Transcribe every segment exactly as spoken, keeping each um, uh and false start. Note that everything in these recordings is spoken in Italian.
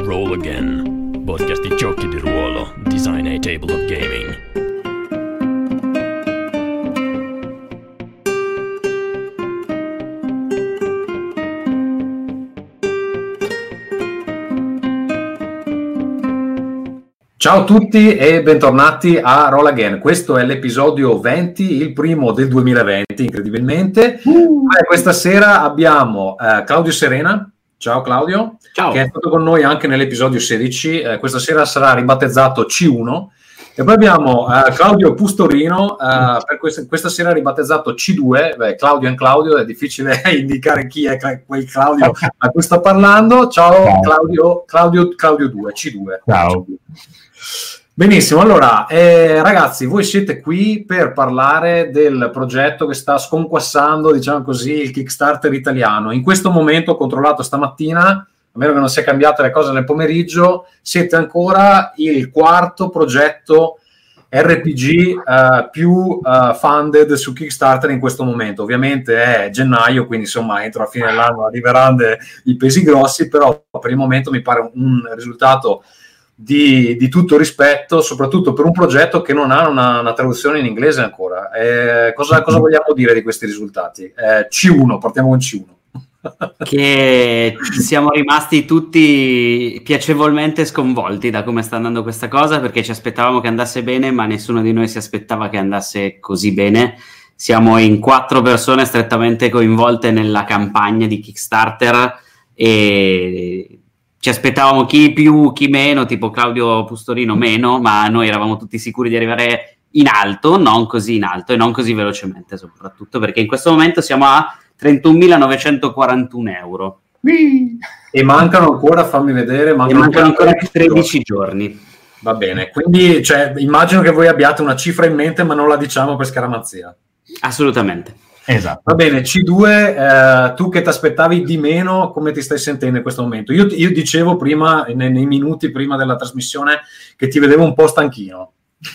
Roll Again, podcast di giochi di ruolo, design e tabletop gaming. Ciao a tutti e bentornati a Roll Again. Questo è l'episodio venti, il primo del duemilaventi, incredibilmente. Uh. E questa sera abbiamo uh, Claudio Serena. Ciao Claudio. Ciao. Che è stato con noi anche nell'episodio sedici. Uh, questa sera sarà ribattezzato C uno. E poi abbiamo uh, Claudio Pustorino, uh, per questa, questa sera ribattezzato C due. Beh, Claudio e Claudio, è difficile indicare chi è quel Claudio a cui sto parlando. Ciao, Ciao. Claudio, Claudio, Claudio due, C due. Ciao. Benissimo, allora eh, ragazzi, voi siete qui per parlare del progetto che sta sconquassando, diciamo così, il Kickstarter italiano. In questo momento, ho controllato stamattina, a meno che non sia cambiate le cose nel pomeriggio, siete ancora il quarto progetto R P G uh, più uh, funded su Kickstarter in questo momento. Ovviamente è gennaio, quindi insomma entro la fine dell'anno arriveranno i pesi grossi, però per il momento mi pare un risultato Di, di tutto rispetto, soprattutto per un progetto che non ha una, una traduzione in inglese ancora. Eh, cosa, cosa vogliamo dire di questi risultati? Eh, C uno, partiamo con C uno. Che siamo rimasti tutti piacevolmente sconvolti da come sta andando questa cosa, perché ci aspettavamo che andasse bene, ma nessuno di noi si aspettava che andasse così bene. Siamo in quattro persone strettamente coinvolte nella campagna di Kickstarter e ci aspettavamo chi più, chi meno, tipo Claudio Pustorino meno, ma noi eravamo tutti sicuri di arrivare in alto, non così in alto e non così velocemente, soprattutto perché in questo momento siamo a trentunomilanovecentquarantuno euro. E mancano ancora, fammi vedere, mancano, e mancano ancora tredici giorni. Va bene, quindi cioè, immagino che voi abbiate una cifra in mente, ma non la diciamo per scaramanzia. Assolutamente. Esatto. Va bene, C due, eh, tu che ti aspettavi di meno, come ti stai sentendo in questo momento? Io, io dicevo prima, nei, nei minuti prima della trasmissione, che ti vedevo un po' stanchino.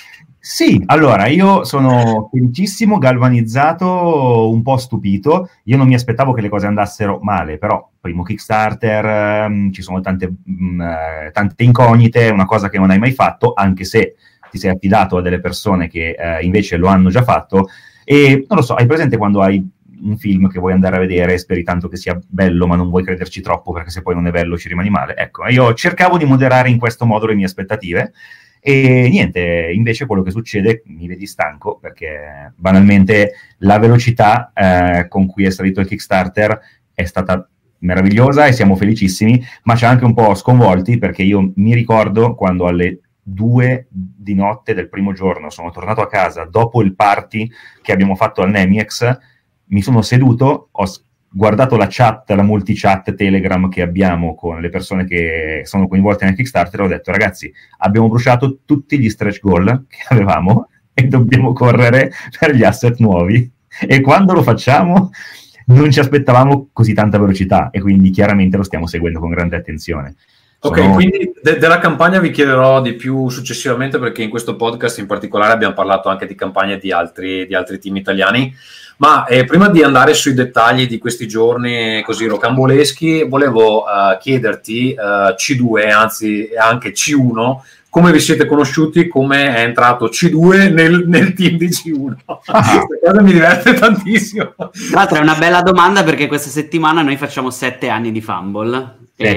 Sì, allora, io sono felicissimo, galvanizzato, un po' stupito. Io non mi aspettavo che le cose andassero male, però primo Kickstarter, ehm, ci sono tante, mh, tante incognite, una cosa che non hai mai fatto, anche se ti sei affidato a delle persone che eh, invece lo hanno già fatto. E non lo so, hai presente quando hai un film che vuoi andare a vedere e speri tanto che sia bello ma non vuoi crederci troppo perché se poi non è bello ci rimani male? Ecco, io cercavo di moderare in questo modo le mie aspettative e niente, invece quello che succede, mi vedi stanco perché banalmente la velocità eh, con cui è salito il Kickstarter è stata meravigliosa e siamo felicissimi, ma ci ha anche un po' sconvolti perché io mi ricordo quando alle due di notte del primo giorno sono tornato a casa dopo il party che abbiamo fatto al Nemiex, mi sono seduto, ho guardato la chat, la multichat Telegram che abbiamo con le persone che sono coinvolte nel Kickstarter e ho detto ragazzi, abbiamo bruciato tutti gli stretch goal che avevamo e dobbiamo correre per gli asset nuovi e quando lo facciamo non ci aspettavamo così tanta velocità e quindi chiaramente lo stiamo seguendo con grande attenzione. Ok, Sono... quindi de- della campagna vi chiederò di più successivamente perché in questo podcast in particolare abbiamo parlato anche di campagne di altri, di altri team italiani, ma eh, prima di andare sui dettagli di questi giorni così rocamboleschi volevo uh, chiederti uh, C due, anzi anche C uno, come vi siete conosciuti, come è entrato C due nel, nel team di C uno. Questa cosa mi diverte tantissimo. Tra l'altro è una bella domanda perché questa settimana noi facciamo sette anni di Fumble.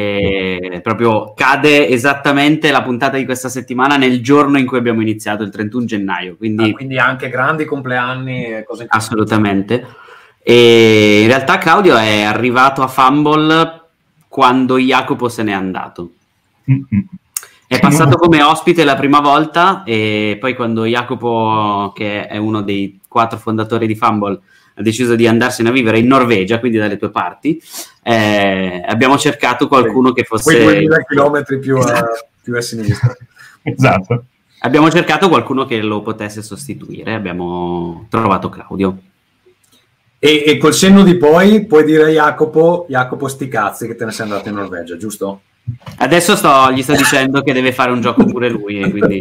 E proprio cade esattamente la puntata di questa settimana nel giorno in cui abbiamo iniziato, il trentuno gennaio, quindi, ah, quindi anche grandi compleanni e cose assolutamente. E in realtà Claudio è arrivato a Fumble quando Jacopo se n'è andato. Mm-hmm. È passato come ospite la prima volta e poi quando Jacopo, che è uno dei quattro fondatori di Fumble, ha deciso di andarsene a vivere in Norvegia, quindi dalle tue parti, eh, abbiamo cercato qualcuno che fosse... Quei duemila chilometri più a, più a sinistra. Esatto. Abbiamo cercato qualcuno che lo potesse sostituire, abbiamo trovato Claudio. E, e col senno di poi puoi dire a Jacopo, Jacopo sti cazzi che te ne sei andato in Norvegia, giusto? Adesso sto, gli sto dicendo che deve fare un gioco pure lui, e quindi...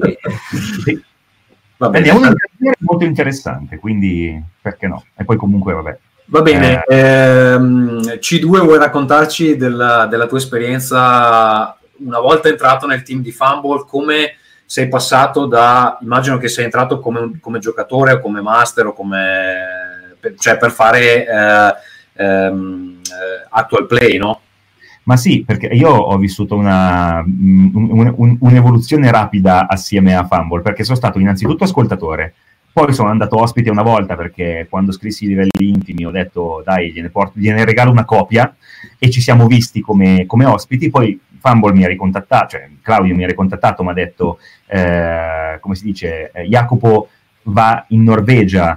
Va bene, è un intervento molto interessante, quindi perché no? E poi comunque vabbè. Va bene, eh... ehm, C due vuoi raccontarci della, della tua esperienza una volta entrato nel team di Fumble, come sei passato da, immagino che sei entrato come, come giocatore o come master o come, per, cioè per fare eh, ehm, actual play, no? Ma sì, perché io ho vissuto una, un, un, un'evoluzione rapida assieme a Fumble, perché sono stato innanzitutto ascoltatore, poi sono andato ospite una volta, perché quando scrissi i livelli intimi ho detto dai, gliene, porto, gliene regalo una copia, e ci siamo visti come, come ospiti. Poi Fumble mi ha ricontattato, cioè Claudio mi ha ricontattato, mi ha detto, eh, come si dice, eh, Jacopo va in Norvegia,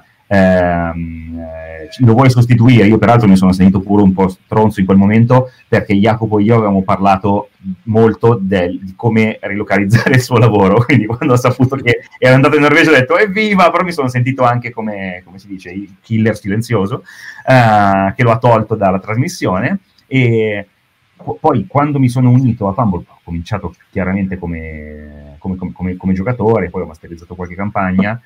ehm, eh, lo vuoi sostituire? Io peraltro mi sono sentito pure un po' stronzo in quel momento, perché Jacopo e io avevamo parlato molto del, di come rilocalizzare il suo lavoro, quindi quando ho saputo che era andato in Norvegia ho detto evviva, però mi sono sentito anche come, come si dice, il killer silenzioso, eh, che lo ha tolto dalla trasmissione. E poi quando mi sono unito a Fumble ho cominciato chiaramente come, come, come, come giocatore, poi ho masterizzato qualche campagna,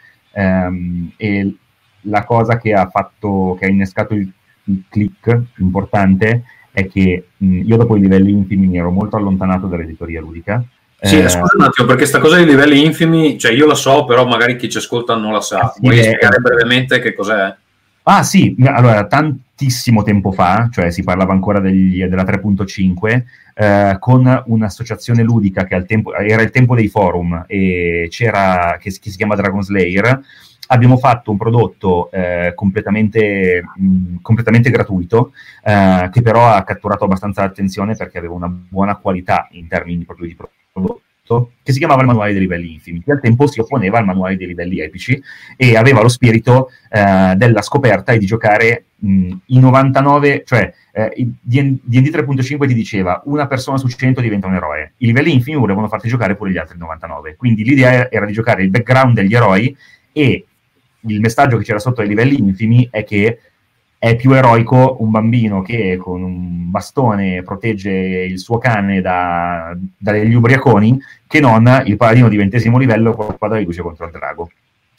ehm, e la cosa che ha fatto, che ha innescato il, il click importante è che mh, io dopo i livelli infimi mi ero molto allontanato dall'editoria ludica. Sì, eh, scusa un attimo, perché sta cosa dei livelli infimi, cioè io la so, però magari chi ci ascolta non la sa. sì, Vuoi è, spiegare brevemente che cos'è? Ah sì, allora tantissimo tempo fa, cioè si parlava ancora degli, della tre punto cinque, eh, con un'associazione ludica che al tempo era il tempo dei forum, e c'era, che, che si chiama Dragon Slayer. Abbiamo fatto un prodotto eh, completamente, mh, completamente gratuito, eh, che però ha catturato abbastanza l'attenzione perché aveva una buona qualità in termini proprio di prodotto, che si chiamava il manuale dei livelli infimi, che al tempo si opponeva al manuale dei livelli epici e aveva lo spirito eh, della scoperta e di giocare mh, i novantanove, cioè eh, D and D tre punto cinque ti diceva una persona su cento diventa un eroe, i livelli infimi volevano farti giocare pure gli altri novantanove, quindi l'idea era di giocare il background degli eroi, e il messaggio che c'era sotto ai livelli infimi è che è più eroico un bambino che con un bastone protegge il suo cane da, dagli ubriaconi che non il paladino di ventesimo livello con la spada di luce contro il drago.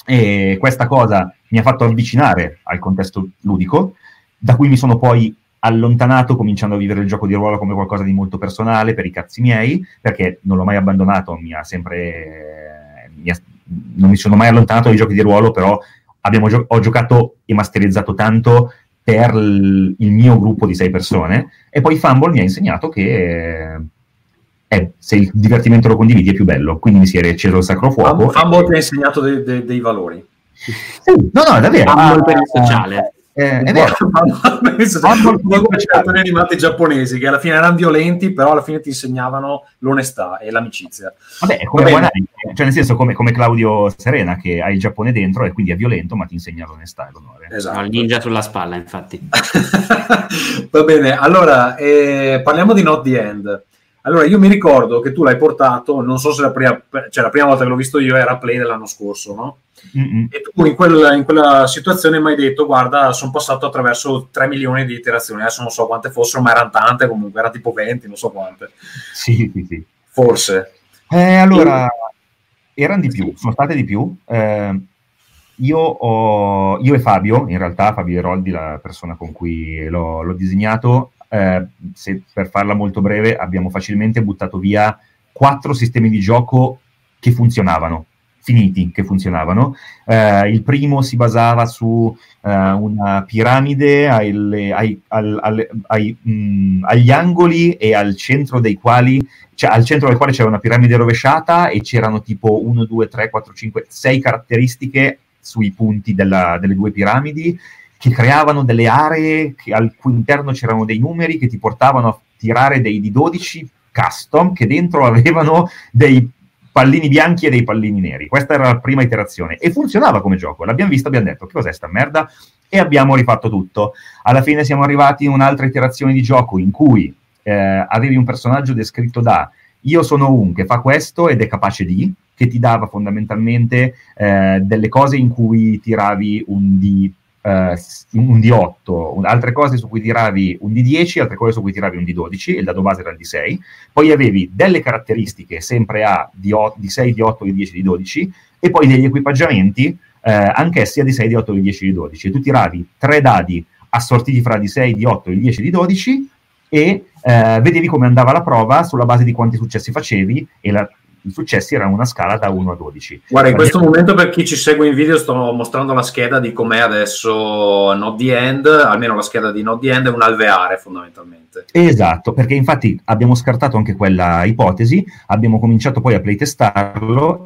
E questa cosa mi ha fatto avvicinare al contesto ludico, da cui mi sono poi allontanato cominciando a vivere il gioco di ruolo come qualcosa di molto personale per i cazzi miei, perché non l'ho mai abbandonato, mi ha sempre... Mi ha, non mi sono mai allontanato dai giochi di ruolo, però abbiamo gio- ho giocato e masterizzato tanto per l- il mio gruppo di sei persone, e poi Fumble mi ha insegnato che eh, se il divertimento lo condividi è più bello, quindi mi si è acceso il sacro fuoco. Fumble ti ha insegnato de- de- dei valori. Sì, no, no, è davvero. Fumble ah, per il sociale. Eh, è vero. Come i cartoni animati giapponesi che alla fine erano violenti, però alla fine ti insegnavano l'onestà e l'amicizia. Vabbè, è come Guanai, cioè nel senso come, come Claudio Serena, che ha il Giappone dentro e quindi è violento ma ti insegna l'onestà e l'onore. Esatto. No, il ninja sulla spalla, infatti. Va bene, allora eh, parliamo di Not the End. Allora, io mi ricordo che tu l'hai portato, non so se la prima, cioè la prima volta che l'ho visto io era Play dell'anno scorso, no? Mm-hmm. E tu in, quel, in quella situazione mi hai detto, guarda, sono passato attraverso tre milioni di iterazioni, adesso non so quante fossero, ma erano tante comunque, era tipo venti, non so quante. Sì, sì, sì. Forse. Eh, allora, erano di più, sono state di più. Eh, io, ho, io e Fabio, in realtà Fabio Eroldi, la persona con cui l'ho, l'ho disegnato, Eh, se, per farla molto breve, abbiamo facilmente buttato via quattro sistemi di gioco che funzionavano, finiti, che funzionavano. Eh, il primo si basava su eh, una piramide ai, ai, al, al, ai, mh, agli angoli e al centro dei quali, cioè al centro del quale c'era una piramide rovesciata e c'erano tipo uno, due, tre, quattro, cinque, sei caratteristiche sui punti della, delle due piramidi, che creavano delle aree che, al cui interno c'erano dei numeri che ti portavano a tirare dei D dodici custom che dentro avevano dei pallini bianchi e dei pallini neri. Questa era la prima iterazione e funzionava come gioco. L'abbiamo visto, abbiamo detto che cos'è sta merda e abbiamo rifatto tutto. Alla fine siamo arrivati in un'altra iterazione di gioco in cui eh, avevi un personaggio descritto da io sono un che fa questo ed è capace di, che ti dava fondamentalmente eh, delle cose in cui tiravi un D Uh, un D otto, un, altre cose su cui tiravi un D dieci, altre cose su cui tiravi un D dodici, il dado base era il D sei, poi avevi delle caratteristiche sempre a D otto, D sei, D otto, D dieci, D dodici, e poi degli equipaggiamenti eh, anch'essi a D sei, D otto, D dieci, D dodici, e tu tiravi tre dadi assortiti fra D sei, D otto e D dieci, D dodici, e eh, vedevi come andava la prova sulla base di quanti successi facevi, e la, i successi erano una scala da uno a dodici. Guarda, in questo momento, per chi ci segue in video, sto mostrando la scheda di com'è adesso Not the End, almeno la scheda di Not the End è un alveare fondamentalmente. Esatto, perché infatti abbiamo scartato anche quella ipotesi, abbiamo cominciato poi a playtestarlo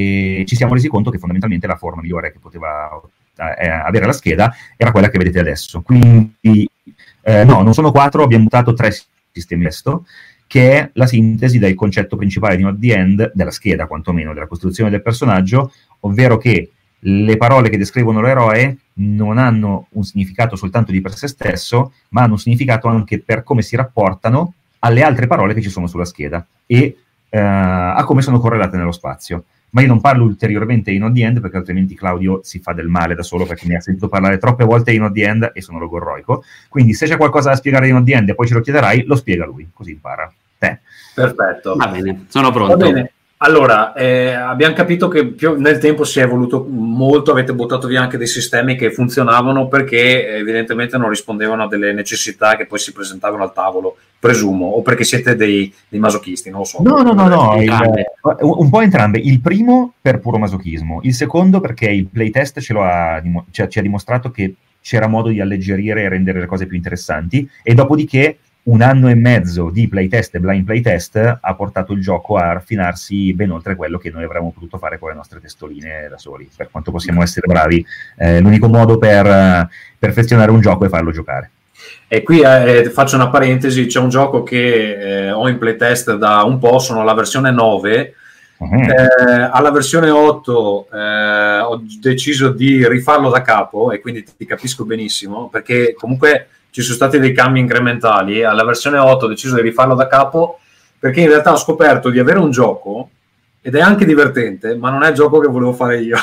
e ci siamo resi conto che fondamentalmente la forma migliore che poteva eh, avere la scheda era quella che vedete adesso. Quindi eh, no, non sono quattro, abbiamo mutato tre sistemi questo, che è la sintesi del concetto principale di Not the End, della scheda quantomeno, della costruzione del personaggio, ovvero che le parole che descrivono l'eroe non hanno un significato soltanto di per sé stesso, ma hanno un significato anche per come si rapportano alle altre parole che ci sono sulla scheda e eh, a come sono correlate nello spazio. Ma io non parlo ulteriormente di Not the End, perché altrimenti Claudio si fa del male da solo, perché mi ha sentito parlare troppe volte di Not the End e sono logorroico. Quindi se c'è qualcosa da spiegare di Not the End e poi ce lo chiederai, lo spiega lui, così impara. Te. Perfetto. Va bene, sono pronto. Va bene. Allora, eh, abbiamo capito che più nel tempo si è evoluto molto, avete buttato via anche dei sistemi che funzionavano perché evidentemente non rispondevano a delle necessità che poi si presentavano al tavolo, presumo, o perché siete dei, dei masochisti, non lo so. No, no, no, no, il, un po' entrambe. Il primo per puro masochismo, il secondo perché il playtest ce lo ha, cioè, ci ha dimostrato che c'era modo di alleggerire e rendere le cose più interessanti, e dopodiché un anno e mezzo di playtest e blind playtest ha portato il gioco a raffinarsi ben oltre quello che noi avremmo potuto fare con le nostre testoline da soli, per quanto possiamo essere bravi. Eh, l'unico modo per uh, perfezionare un gioco è farlo giocare. E qui eh, faccio una parentesi, c'è un gioco che eh, ho in playtest da un po', sono alla versione nove, uh-huh. eh, alla versione otto eh, ho deciso di rifarlo da capo, e quindi ti capisco benissimo, perché comunque ci sono stati dei cambi incrementali. Alla versione otto ho deciso di rifarlo da capo perché in realtà ho scoperto di avere un gioco, ed è anche divertente, ma non è il gioco che volevo fare io.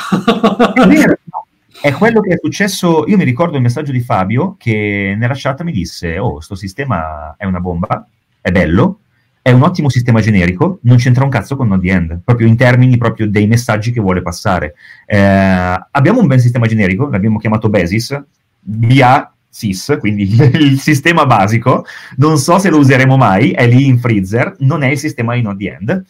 È quello che è successo. Io mi ricordo il messaggio di Fabio che nella chat mi disse: oh, sto sistema è una bomba, è bello, è un ottimo sistema generico, non c'entra un cazzo con Not the End, proprio in termini proprio dei messaggi che vuole passare. Eh, abbiamo un bel sistema generico, l'abbiamo chiamato Basis, B A S I S, quindi il sistema basico. Non so se lo useremo mai, è lì in freezer, non è il sistema di Not the End,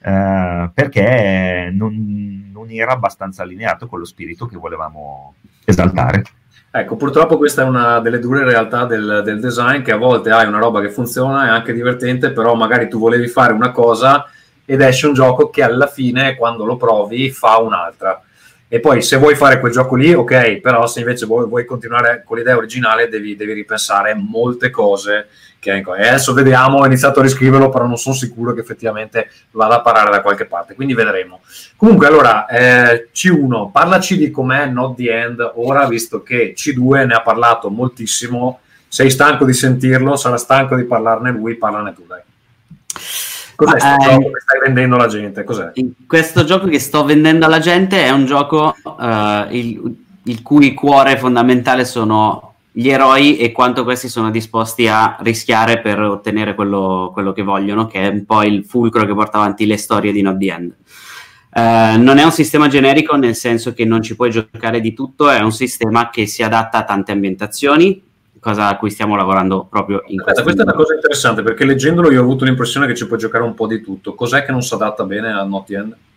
eh, perché non, non era abbastanza allineato con lo spirito che volevamo esaltare. Ecco, purtroppo questa è una delle dure realtà del, del design, che a volte hai una roba che funziona, è anche divertente, però magari tu volevi fare una cosa ed esce un gioco che alla fine, quando lo provi, fa un'altra. E poi se vuoi fare quel gioco lì, ok, però se invece vuoi, vuoi continuare con l'idea originale devi, devi ripensare molte cose che e adesso vediamo, ho iniziato a riscriverlo, però non sono sicuro che effettivamente vada a parare da qualche parte, quindi vedremo. Comunque allora, eh, C uno, parlaci di com'è Not the End ora, visto che C due ne ha parlato moltissimo. Sei stanco di sentirlo, sarà stanco di parlarne lui, parlane tu, dai. Cos'è questo eh, gioco che stai vendendo alla gente? Cos'è? Questo gioco che sto vendendo alla gente è un gioco uh, il, il cui cuore fondamentale sono gli eroi e quanto questi sono disposti a rischiare per ottenere quello, quello che vogliono, che è un po' il fulcro che porta avanti le storie di Not the End. Uh, non è un sistema generico, nel senso che non ci puoi giocare di tutto, è un sistema che si adatta a tante ambientazioni, cosa a cui stiamo lavorando proprio in questo Questa momento. è una cosa interessante, perché leggendolo io ho avuto l'impressione che ci puoi giocare un po' di tutto. Cos'è che non si adatta bene a Not the End?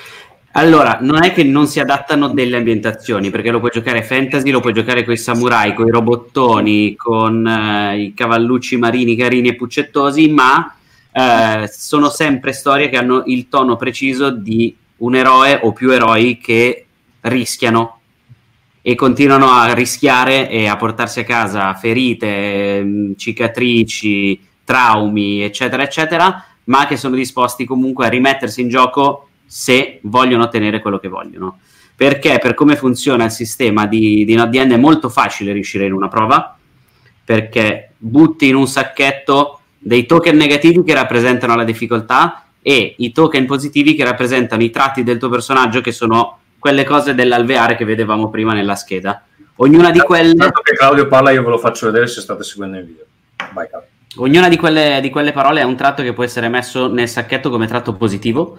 Allora, non è che non si adattano delle ambientazioni, perché lo puoi giocare fantasy, lo puoi giocare con i samurai, con i robottoni, con eh, i cavallucci marini carini e puccettosi, ma eh, sono sempre storie che hanno il tono preciso di un eroe o più eroi che rischiano e continuano a rischiare e a portarsi a casa ferite, cicatrici, traumi, eccetera, eccetera, ma che sono disposti comunque a rimettersi in gioco se vogliono ottenere quello che vogliono. Perché per come funziona il sistema di, di Not the End è molto facile riuscire in una prova, perché butti in un sacchetto dei token negativi che rappresentano la difficoltà e i token positivi che rappresentano i tratti del tuo personaggio, che sono quelle cose dell'alveare che vedevamo prima nella scheda. Ognuna di quelle... Tanto che Claudio parla, io ve lo faccio vedere se state seguendo il video. Vai, Claudio. Ognuna di quelle, di quelle parole è un tratto che può essere messo nel sacchetto come tratto positivo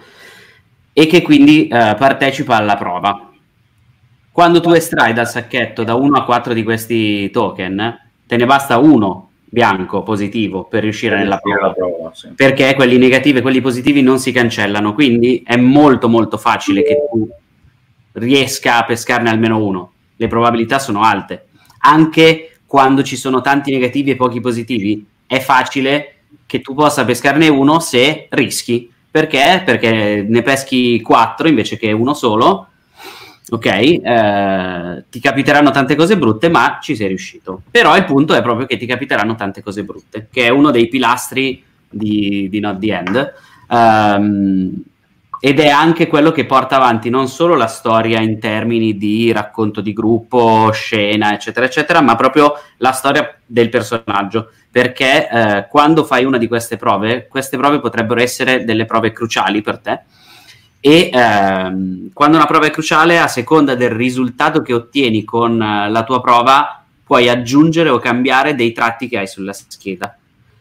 e che quindi eh, partecipa alla prova. Quando tu estrai dal sacchetto da uno a quattro di questi token, te ne basta uno bianco, positivo, per riuscire per nella riuscire prova, alla prova, sì. Perché quelli negativi e quelli positivi non si cancellano, quindi è molto molto facile che tu riesca a pescarne almeno uno, le probabilità sono alte, anche quando ci sono tanti negativi e pochi positivi è facile che tu possa pescarne uno se rischi. Perché? Perché ne peschi quattro invece che uno solo, ok? Eh, ti capiteranno tante cose brutte, ma ci sei riuscito. Però il punto è proprio che ti capiteranno tante cose brutte, che è uno dei pilastri di, di Not the End. Um, ed è anche quello che porta avanti non solo la storia in termini di racconto di gruppo, scena, eccetera, eccetera, ma proprio la storia del personaggio. Perché eh, quando fai una di queste prove, queste prove potrebbero essere delle prove cruciali per te, e ehm, quando una prova è cruciale, a seconda del risultato che ottieni con eh, la tua prova, puoi aggiungere o cambiare dei tratti che hai sulla scheda.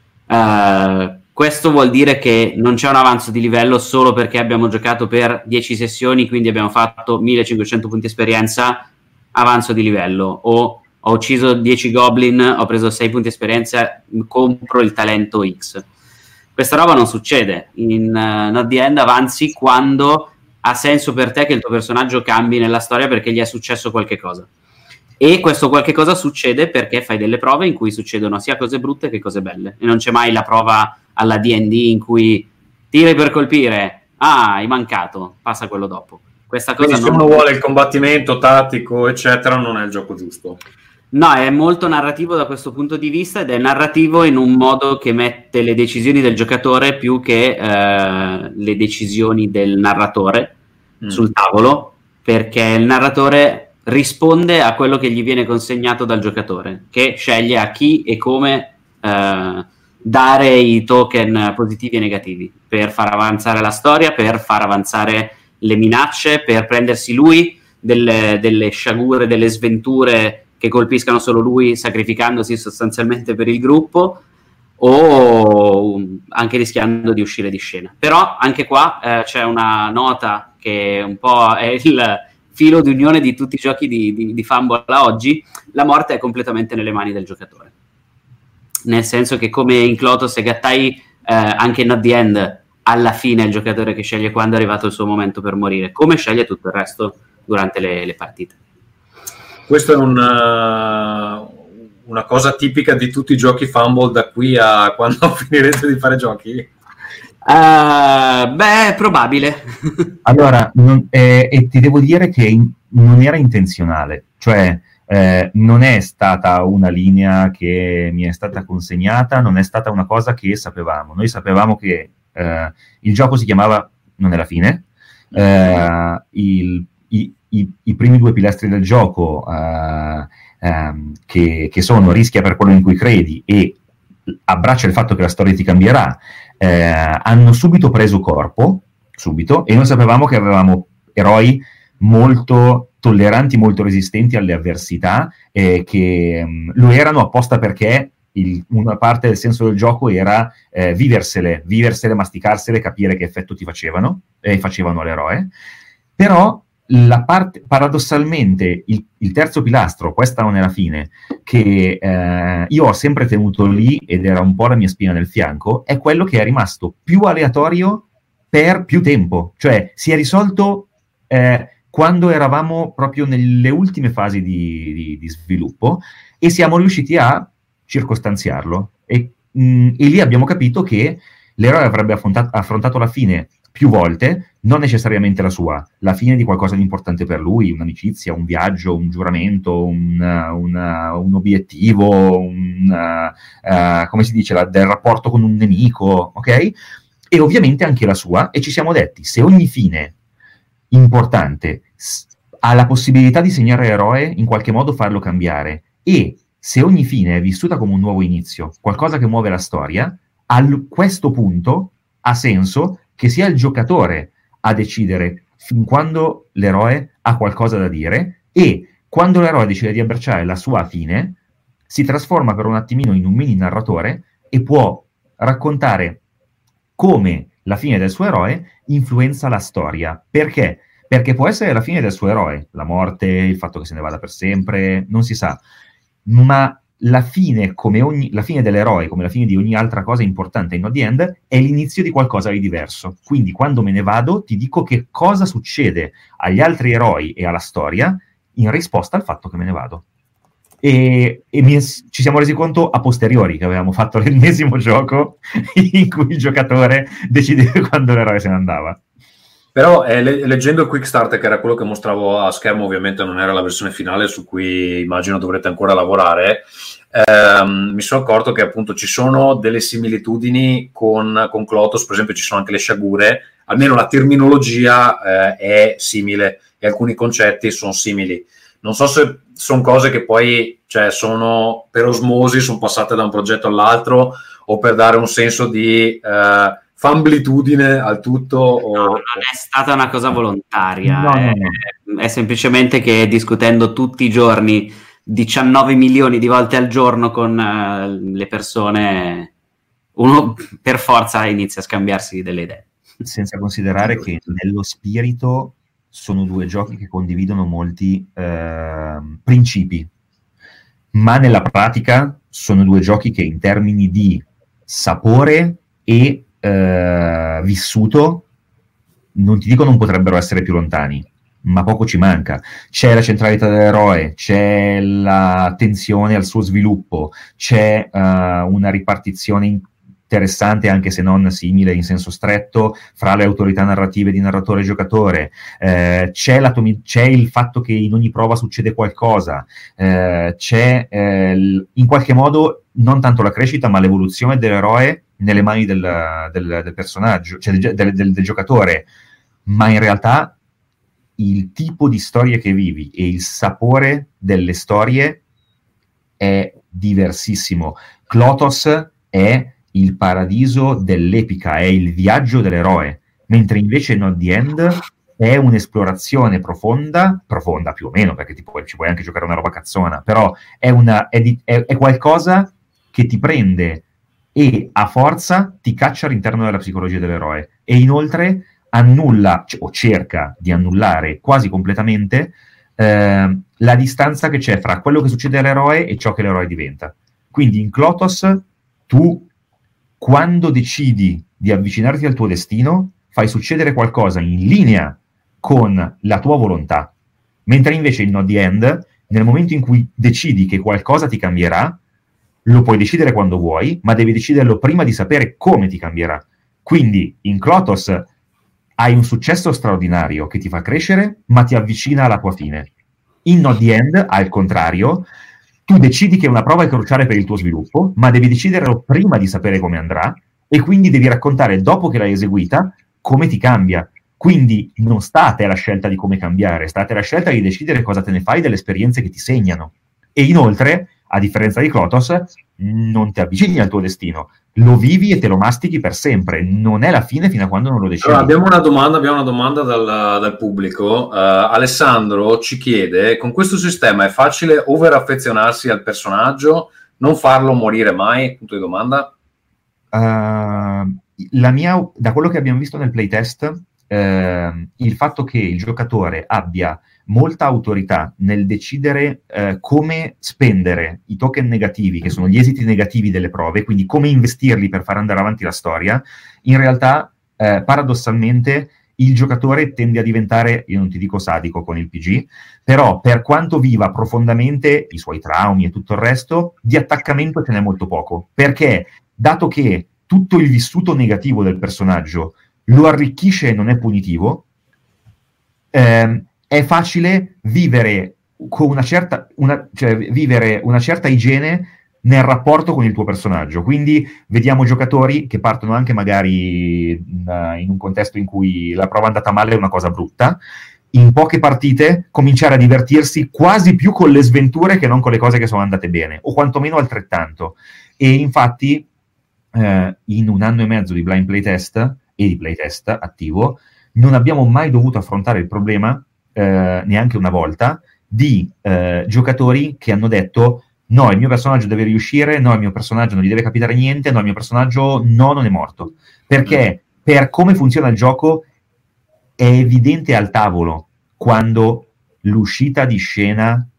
Uh, questo vuol dire che non c'è un avanzo di livello solo perché abbiamo giocato per dieci sessioni, quindi abbiamo fatto millecinquecento punti esperienza, avanzo di livello, o ho ucciso dieci goblin, ho preso sei punti esperienza, compro il talento X. Questa roba non succede. In uh, Not the End avanzi quando ha senso per te che il tuo personaggio cambi nella storia perché gli è successo qualche cosa. E questo qualche cosa succede perché fai delle prove in cui succedono sia cose brutte che cose belle. E non c'è mai la prova alla D and D in cui tiri per colpire, ah, hai mancato, passa quello dopo. Questa cosa Quindi se non... uno vuole il combattimento tattico, eccetera, non è il gioco giusto. No, è molto narrativo da questo punto di vista, ed è narrativo in un modo che mette le decisioni del giocatore più che eh, le decisioni del narratore mm. sul tavolo, perché il narratore risponde a quello che gli viene consegnato dal giocatore, che sceglie a chi e come eh, dare i token positivi e negativi per far avanzare la storia, per far avanzare le minacce, per prendersi lui delle, delle sciagure, delle sventure che colpiscano solo lui, sacrificandosi sostanzialmente per il gruppo, o anche rischiando di uscire di scena. Però anche qua eh, c'è una nota che un po' è il filo di unione di tutti i giochi di, di, di Fumble a oggi: la morte è completamente nelle mani del giocatore, nel senso che come in Clotos e Gattai, eh, anche in Not the End alla fine è il giocatore che sceglie quando è arrivato il suo momento per morire, come sceglie tutto il resto durante le, le partite. Questo è una, una cosa tipica di tutti i giochi Fumble da qui a quando finirete di fare giochi? Uh, beh, è probabile. Allora, non, eh, e ti devo dire che in, non era intenzionale, cioè eh, non è stata una linea che mi è stata consegnata, non è stata una cosa che sapevamo. Noi sapevamo che eh, il gioco si chiamava Non è la fine, eh, il, i, i, i primi due pilastri del gioco eh, ehm, che, che sono rischia per quello in cui credi e abbraccia il fatto che la storia ti cambierà, eh, hanno subito preso corpo, subito, e noi sapevamo che avevamo eroi molto tolleranti, molto resistenti alle avversità, eh, che mh, lo erano apposta perché il, una parte del senso del gioco era eh, viversele, viversele, masticarsele, capire che effetto ti facevano, e eh, facevano all'eroe. Però la parte, paradossalmente, il, il terzo pilastro, questa non è la fine, che eh, io ho sempre tenuto lì ed era un po' la mia spina nel fianco, è quello che è rimasto più aleatorio per più tempo, cioè si è risolto eh, quando eravamo proprio nelle ultime fasi di, di, di sviluppo, e siamo riusciti a circostanziarlo, e, mh, e lì abbiamo capito che l'eroe avrebbe affrontato, affrontato la fine più volte, non necessariamente la sua, la fine di qualcosa di importante per lui, un'amicizia, un viaggio, un giuramento, un, una, un obiettivo, un, uh, uh, come si dice, la, del rapporto con un nemico, ok? E ovviamente anche la sua, e ci siamo detti, se ogni fine importante s- ha la possibilità di segnare l'eroe, in qualche modo farlo cambiare, e se ogni fine è vissuta come un nuovo inizio, qualcosa che muove la storia, a questo punto ha senso che sia il giocatore a decidere fin quando l'eroe ha qualcosa da dire, e quando l'eroe decide di abbracciare la sua fine, si trasforma per un attimino in un mini narratore e può raccontare come la fine del suo eroe influenza la storia. Perché? Perché può essere la fine del suo eroe, la morte, il fatto che se ne vada per sempre, non si sa, ma la fine, come ogni, la fine dell'eroe, come la fine di ogni altra cosa importante in Not the End, è l'inizio di qualcosa di diverso. Quindi quando me ne vado ti dico che cosa succede agli altri eroi e alla storia in risposta al fatto che me ne vado. E, e mi, ci siamo resi conto a posteriori che avevamo fatto l'ennesimo gioco in cui il giocatore decideva quando l'eroe se ne andava. Però eh, le- leggendo il Quick Start, che era quello che mostravo a schermo, ovviamente non era la versione finale su cui immagino dovrete ancora lavorare, ehm, mi sono accorto che appunto ci sono delle similitudini con, con Clotos, per esempio ci sono anche le sciagure, almeno la terminologia eh, è simile e alcuni concetti sono simili. Non so se sono cose che poi cioè, sono per osmosi, sono passate da un progetto all'altro o per dare un senso di... Eh, famblitudine al tutto o... No, non è stata una cosa volontaria, No, è, no, no. è semplicemente che discutendo tutti i giorni diciannove milioni di volte al giorno con uh, le persone, uno per forza inizia a scambiarsi delle idee. Senza considerare che nello spirito sono due giochi che condividono molti eh, principi, ma nella pratica sono due giochi che in termini di sapore e Uh, vissuto, non ti dico non potrebbero essere più lontani, ma poco ci manca. C'è la centralità dell'eroe, c'è la tensione al suo sviluppo, c'è uh, una ripartizione interessante, anche se non simile in senso stretto, fra le autorità narrative di narratore e giocatore. Eh, c'è, c'è il fatto che in ogni prova succede qualcosa, eh, c'è eh, l- in qualche modo non tanto la crescita ma l'evoluzione dell'eroe nelle mani del, del, del personaggio, cioè del, del, del, del giocatore, ma in realtà il tipo di storie che vivi e il sapore delle storie è diversissimo. Clotos è il paradiso dell'epica, è il viaggio dell'eroe, mentre invece Not the End è un'esplorazione profonda, profonda più o meno, perché ti puoi, ci puoi anche giocare una roba cazzona, però è, una, è, di, è, è qualcosa che ti prende e a forza ti caccia all'interno della psicologia dell'eroe e inoltre annulla, o cerca di annullare quasi completamente eh, la distanza che c'è fra quello che succede all'eroe e ciò che l'eroe diventa. Quindi in Clotos tu, quando decidi di avvicinarti al tuo destino, fai succedere qualcosa in linea con la tua volontà, mentre invece in Not the End, nel momento in cui decidi che qualcosa ti cambierà, lo puoi decidere quando vuoi, ma devi deciderlo prima di sapere come ti cambierà. Quindi in Clotos hai un successo straordinario che ti fa crescere, ma ti avvicina alla tua fine. In Not the End, al contrario, tu decidi che una prova è cruciale per il tuo sviluppo, ma devi deciderlo prima di sapere come andrà, e quindi devi raccontare, dopo che l'hai eseguita, come ti cambia. Quindi non sta a te la scelta di come cambiare, sta a te la scelta di decidere cosa te ne fai delle esperienze che ti segnano. E inoltre, a differenza di Clotos, non ti avvicini al tuo destino, lo vivi e te lo mastichi per sempre, non è la fine fino a quando non lo decidi. Allora, abbiamo una domanda, abbiamo una domanda dal, dal pubblico. Uh, Alessandro ci chiede: con questo sistema è facile overaffezionarsi al personaggio, non farlo morire mai? Punto di domanda. Uh, la mia, da quello che abbiamo visto nel playtest, uh, il fatto che il giocatore abbia molta autorità nel decidere eh, come spendere i token negativi, che sono gli esiti negativi delle prove, quindi come investirli per far andare avanti la storia, in realtà eh, paradossalmente il giocatore tende a diventare, io non ti dico sadico con il P G, però per quanto viva profondamente i suoi traumi e tutto il resto, di attaccamento ce n'è molto poco, perché dato che tutto il vissuto negativo del personaggio lo arricchisce e non è punitivo, ehm, è facile vivere con una certa, una, cioè vivere una certa igiene nel rapporto con il tuo personaggio. Quindi vediamo giocatori che partono anche magari in, in un contesto in cui la prova è andata male, è una cosa brutta, in poche partite cominciare a divertirsi quasi più con le sventure che non con le cose che sono andate bene, o quantomeno altrettanto. E infatti eh, in un anno e mezzo di blind playtest e di playtest attivo non abbiamo mai dovuto affrontare il problema Eh, neanche una volta, di eh, giocatori che hanno detto no, il mio personaggio deve riuscire, no, il mio personaggio non gli deve capitare niente, no, il mio personaggio no, non è morto. Perché per come funziona il gioco è evidente al tavolo quando l'uscita di scena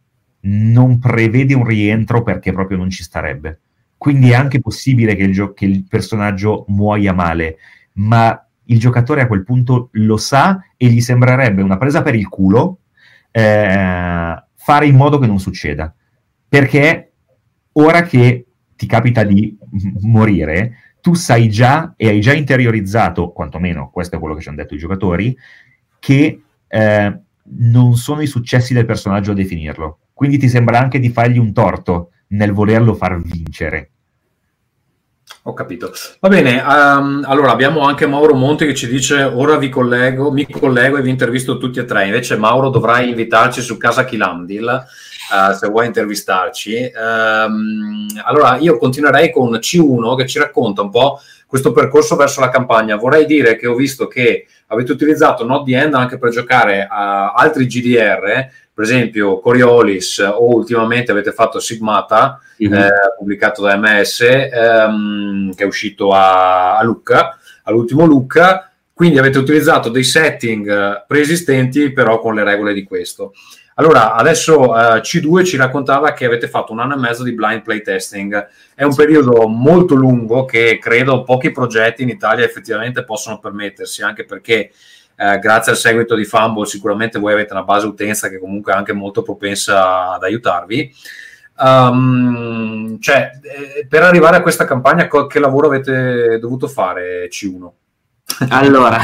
non prevede un rientro perché proprio non ci starebbe. Quindi è anche possibile che il, gio- che il personaggio muoia male, ma il giocatore a quel punto lo sa e gli sembrerebbe una presa per il culo eh, fare in modo che non succeda. Perché ora che ti capita di morire, tu sai già e hai già interiorizzato, quantomeno questo è quello che ci hanno detto i giocatori, che eh, non sono i successi del personaggio a definirlo. Quindi ti sembra anche di fargli un torto nel volerlo far vincere. Ho capito. Va bene, um, allora abbiamo anche Mauro Monti che ci dice ora vi collego, mi collego e vi intervisto tutti e tre. Invece Mauro dovrai invitarci su Casa Chilamdil uh, se vuoi intervistarci. Um, allora io continuerei con C uno che ci racconta un po' questo percorso verso la campagna. Vorrei dire che ho visto che avete utilizzato Not the End anche per giocare a altri G D R, per esempio Coriolis, o ultimamente avete fatto Sigmata, mm-hmm. eh, pubblicato da M S, ehm, che è uscito a, a Lucca, all'ultimo Lucca, quindi avete utilizzato dei setting preesistenti però con le regole di questo. Allora, adesso uh, C due ci raccontava che avete fatto un anno e mezzo di blind playtesting. È un periodo molto lungo che credo pochi progetti in Italia effettivamente possono permettersi, anche perché eh, grazie al seguito di Fumble sicuramente voi avete una base utenza che comunque è anche molto propensa ad aiutarvi. Um, cioè, eh, per arrivare a questa campagna, co- che lavoro avete dovuto fare C uno? Allora...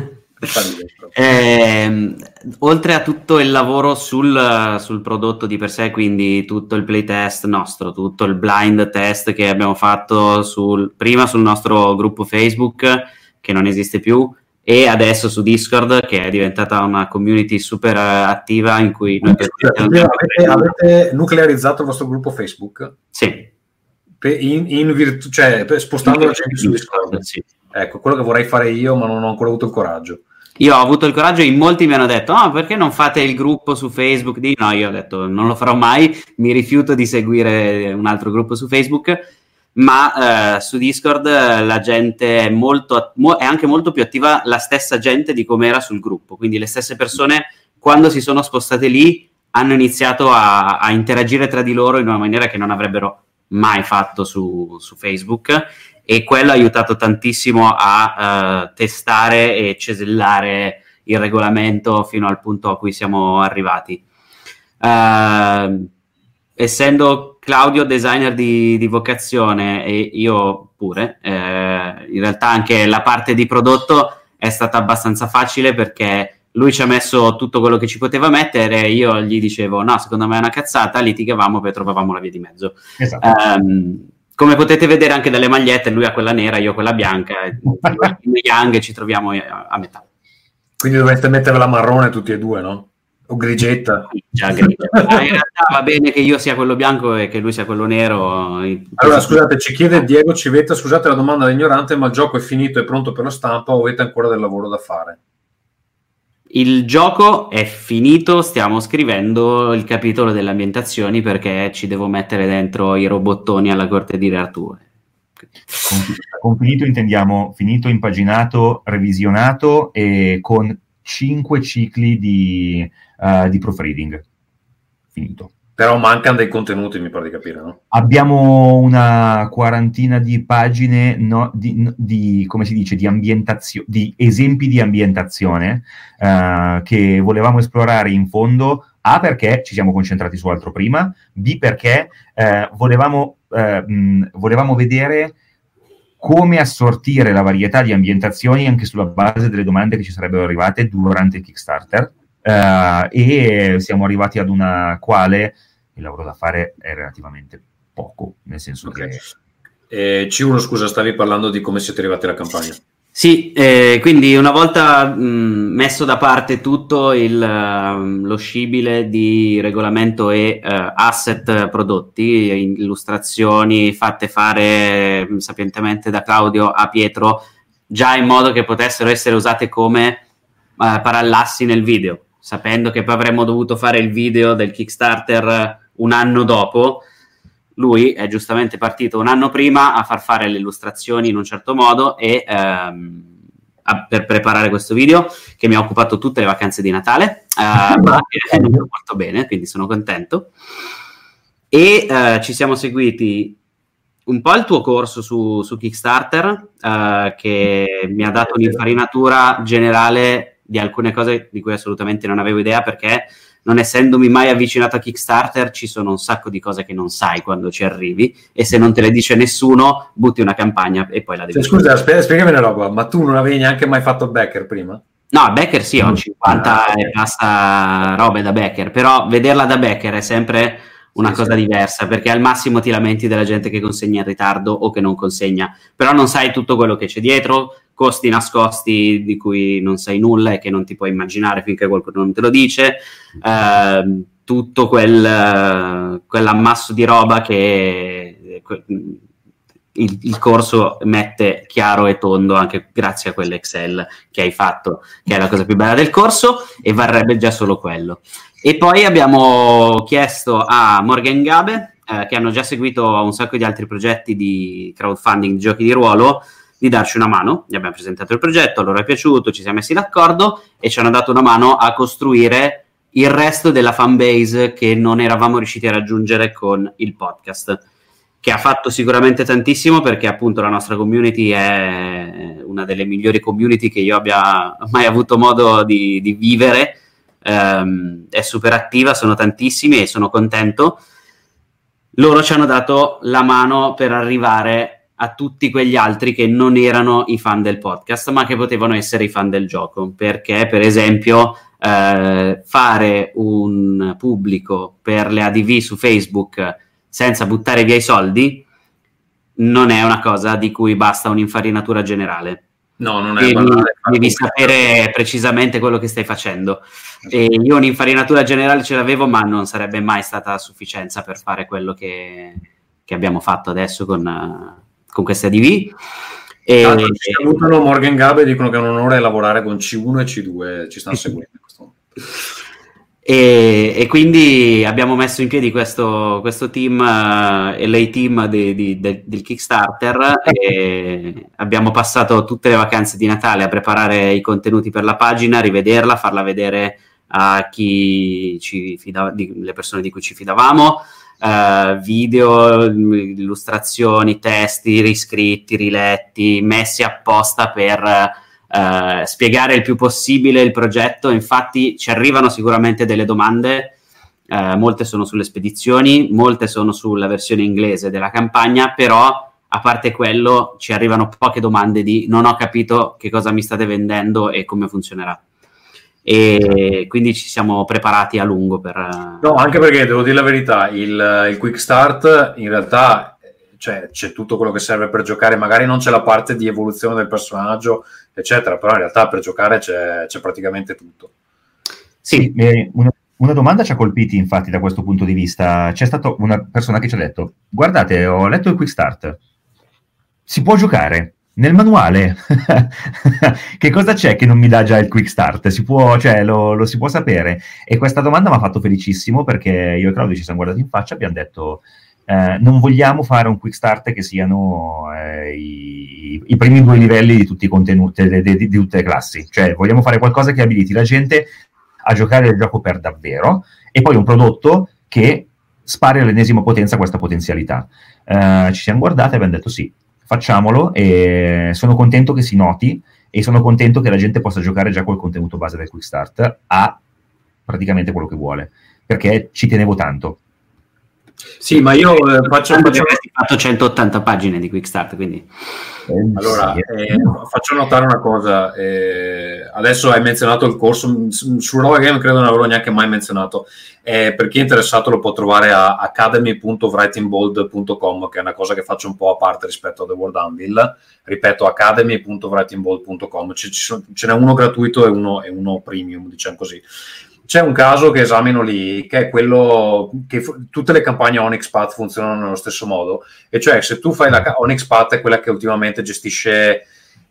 Eh, oltre a tutto il lavoro sul, sul prodotto di per sé, quindi tutto il playtest nostro, tutto il blind test che abbiamo fatto sul, prima sul nostro gruppo Facebook che non esiste più e adesso su Discord che è diventata una community super attiva in cui noi avete, avete nuclearizzato il vostro gruppo Facebook? Sì. In, in virtu- cioè spostando la gente su Discord, sì. Ecco, quello che vorrei fare io, ma non ho ancora avuto il coraggio. Io ho avuto il coraggio e in molti mi hanno detto ah, perché non fate il gruppo su Facebook? Di... No, io ho detto non lo farò mai, mi rifiuto di seguire un altro gruppo su Facebook, ma eh, su Discord la gente è, molto, è anche molto più attiva, la stessa gente di come era sul gruppo, quindi le stesse persone quando si sono spostate lì hanno iniziato a, a interagire tra di loro in una maniera che non avrebbero mai fatto su, su Facebook. E quello ha aiutato tantissimo a uh, testare e cesellare il regolamento fino al punto a cui siamo arrivati. Uh, essendo Claudio designer di, di vocazione e io pure, eh, in realtà anche la parte di prodotto è stata abbastanza facile perché lui ci ha messo tutto quello che ci poteva mettere e io gli dicevo no, secondo me è una cazzata, litigavamo e trovavamo la via di mezzo. Esatto. Um, Come potete vedere anche dalle magliette, lui ha quella nera, io quella bianca, noi Young ci troviamo a metà. Quindi dovreste mettere la marrone tutti e due, no? O grigetta. Già grigia. Ma in realtà va bene che io sia quello bianco e che lui sia quello nero. Allora, scusate, ci chiede Diego Civetta, scusate la domanda da ignorante, ma il gioco è finito e pronto per la stampa o avete ancora del lavoro da fare? Il gioco è finito, stiamo scrivendo il capitolo delle ambientazioni perché ci devo mettere dentro i robottoni alla corte di Re Artù. Con, con finito intendiamo finito, impaginato, revisionato e con cinque cicli di, uh, di proofreading. Finito. Però mancano dei contenuti, mi pare di capire, no? Abbiamo una quarantina di pagine no, di, di, come si dice, di ambientazio- di esempi di ambientazione uh, che volevamo esplorare in fondo. A, perché ci siamo concentrati su altro prima. B, perché uh, volevamo, uh, mh, volevamo vedere come assortire la varietà di ambientazioni anche sulla base delle domande che ci sarebbero arrivate durante il Kickstarter. Uh, e siamo arrivati ad una quale il lavoro da fare è relativamente poco, nel senso okay. che... Eh, C uno, scusa, stavi parlando di come siete arrivati alla campagna. Sì, eh, quindi una volta mh, messo da parte tutto il, uh, lo scibile di regolamento e uh, asset prodotti, illustrazioni fatte fare mh, sapientemente da Claudio a Pietro, già in modo che potessero essere usate come uh, parallassi nel video, sapendo che poi avremmo dovuto fare il video del Kickstarter un anno dopo, lui è giustamente partito un anno prima a far fare le illustrazioni in un certo modo e ehm, a, per preparare questo video, che mi ha occupato tutte le vacanze di Natale, uh, ma è venuto molto bene, quindi sono contento. E uh, ci siamo seguiti un po' il tuo corso su, su Kickstarter, uh, che mi ha dato un'infarinatura generale di alcune cose di cui assolutamente non avevo idea, perché non essendomi mai avvicinato a Kickstarter ci sono un sacco di cose che non sai quando ci arrivi, e se non te le dice nessuno butti una campagna e poi la devi... Cioè, scusa, spiega, spiegami una roba, ma tu non avevi neanche mai fatto backer prima? No, backer sì, ho cinquanta e basta robe da backer, però vederla da backer è sempre una sì, cosa sì. diversa, perché al massimo ti lamenti della gente che consegna in ritardo o che non consegna, però non sai tutto quello che c'è dietro, costi nascosti di cui non sai nulla e che non ti puoi immaginare finché qualcuno non te lo dice, eh, tutto quel quell'ammasso di roba che il, il corso mette chiaro e tondo, anche grazie a quell'Excel che hai fatto, che è la cosa più bella del corso, e varrebbe già solo quello. E poi abbiamo chiesto a Morgan Gabe, eh, che hanno già seguito un sacco di altri progetti di crowdfunding di giochi di ruolo, di darci una mano. Gli abbiamo presentato il progetto, a loro è piaciuto, ci siamo messi d'accordo e ci hanno dato una mano a costruire il resto della fanbase che non eravamo riusciti a raggiungere con il podcast, che ha fatto sicuramente tantissimo, perché appunto la nostra community è una delle migliori community che io abbia mai avuto modo di, di vivere. Um, è super attiva, sono tantissimi e sono contento. Loro ci hanno dato la mano per arrivare a tutti quegli altri che non erano i fan del podcast, ma che potevano essere i fan del gioco, perché per esempio eh, fare un pubblico per le A D V su Facebook senza buttare via i soldi non è una cosa di cui basta un'infarinatura generale. No, non è devi, banale, devi sapere precisamente quello che stai facendo. E io un'infarinatura generale ce l'avevo, ma non sarebbe mai stata a sufficienza per fare quello che, che abbiamo fatto adesso con, uh, con queste A D V. E, ah, ci salutano Morgan Gabe e dicono che è un onore lavorare con C uno e C due, ci stanno seguendo in questo momento. E, e quindi abbiamo messo in piedi questo, questo team, uh, L A team di, di, de, del Kickstarter, e abbiamo passato tutte le vacanze di Natale a preparare i contenuti per la pagina, rivederla, farla vedere a chi ci fidava, di, le persone di cui ci fidavamo, uh, video, illustrazioni, testi riscritti, riletti, messi apposta per Uh, spiegare il più possibile il progetto. Infatti ci arrivano sicuramente delle domande, uh, molte sono sulle spedizioni, molte sono sulla versione inglese della campagna, però a parte quello ci arrivano poche domande di non ho capito che cosa mi state vendendo e come funzionerà, e quindi ci siamo preparati a lungo per... No, anche perché devo dire la verità, il, il Quick Start in realtà, cioè, c'è tutto quello che serve per giocare, magari non c'è la parte di evoluzione del personaggio eccetera, però in realtà per giocare c'è, c'è praticamente tutto. Sì, sì, una, una domanda ci ha colpiti infatti da questo punto di vista. C'è stata una persona che ci ha detto: guardate, ho letto il Quick Start, si può giocare nel manuale? Che cosa c'è che non mi dà già il Quick Start? Si può, cioè, lo, lo si può sapere? E questa domanda mi ha fatto felicissimo, perché io e Claudio ci siamo guardati in faccia e abbiamo detto eh, non vogliamo fare un Quick Start che siano eh, i, i primi due livelli di tutti i contenuti, di, di, di tutte le classi. Cioè vogliamo fare qualcosa che abiliti la gente a giocare il gioco per davvero, e poi un prodotto che spari all'ennesima potenza questa potenzialità. Eh, ci siamo guardati e abbiamo detto sì, facciamolo, e sono contento che si noti, e sono contento che la gente possa giocare già col contenuto base del Quick Start a praticamente quello che vuole, perché ci tenevo tanto. Sì, ma io eh, faccio, faccio... fatto centottanta pagine di Quick Start, quindi allora eh, faccio notare una cosa. Eh, adesso hai menzionato il corso su Rogue Game, credo non l'avevo neanche mai menzionato. Eh, per chi è interessato lo può trovare a academy punto writingbold punto com, che è una cosa che faccio un po' a parte rispetto a The World Anvil. Ripeto, academy punto writingbold punto com. C- c- ce n'è uno gratuito e uno, e uno premium, diciamo così. C'è un caso che esamino lì, che è quello che f- tutte le campagne Onyx Path funzionano nello stesso modo, e cioè se tu fai la ca- Onyx Path è quella che ultimamente gestisce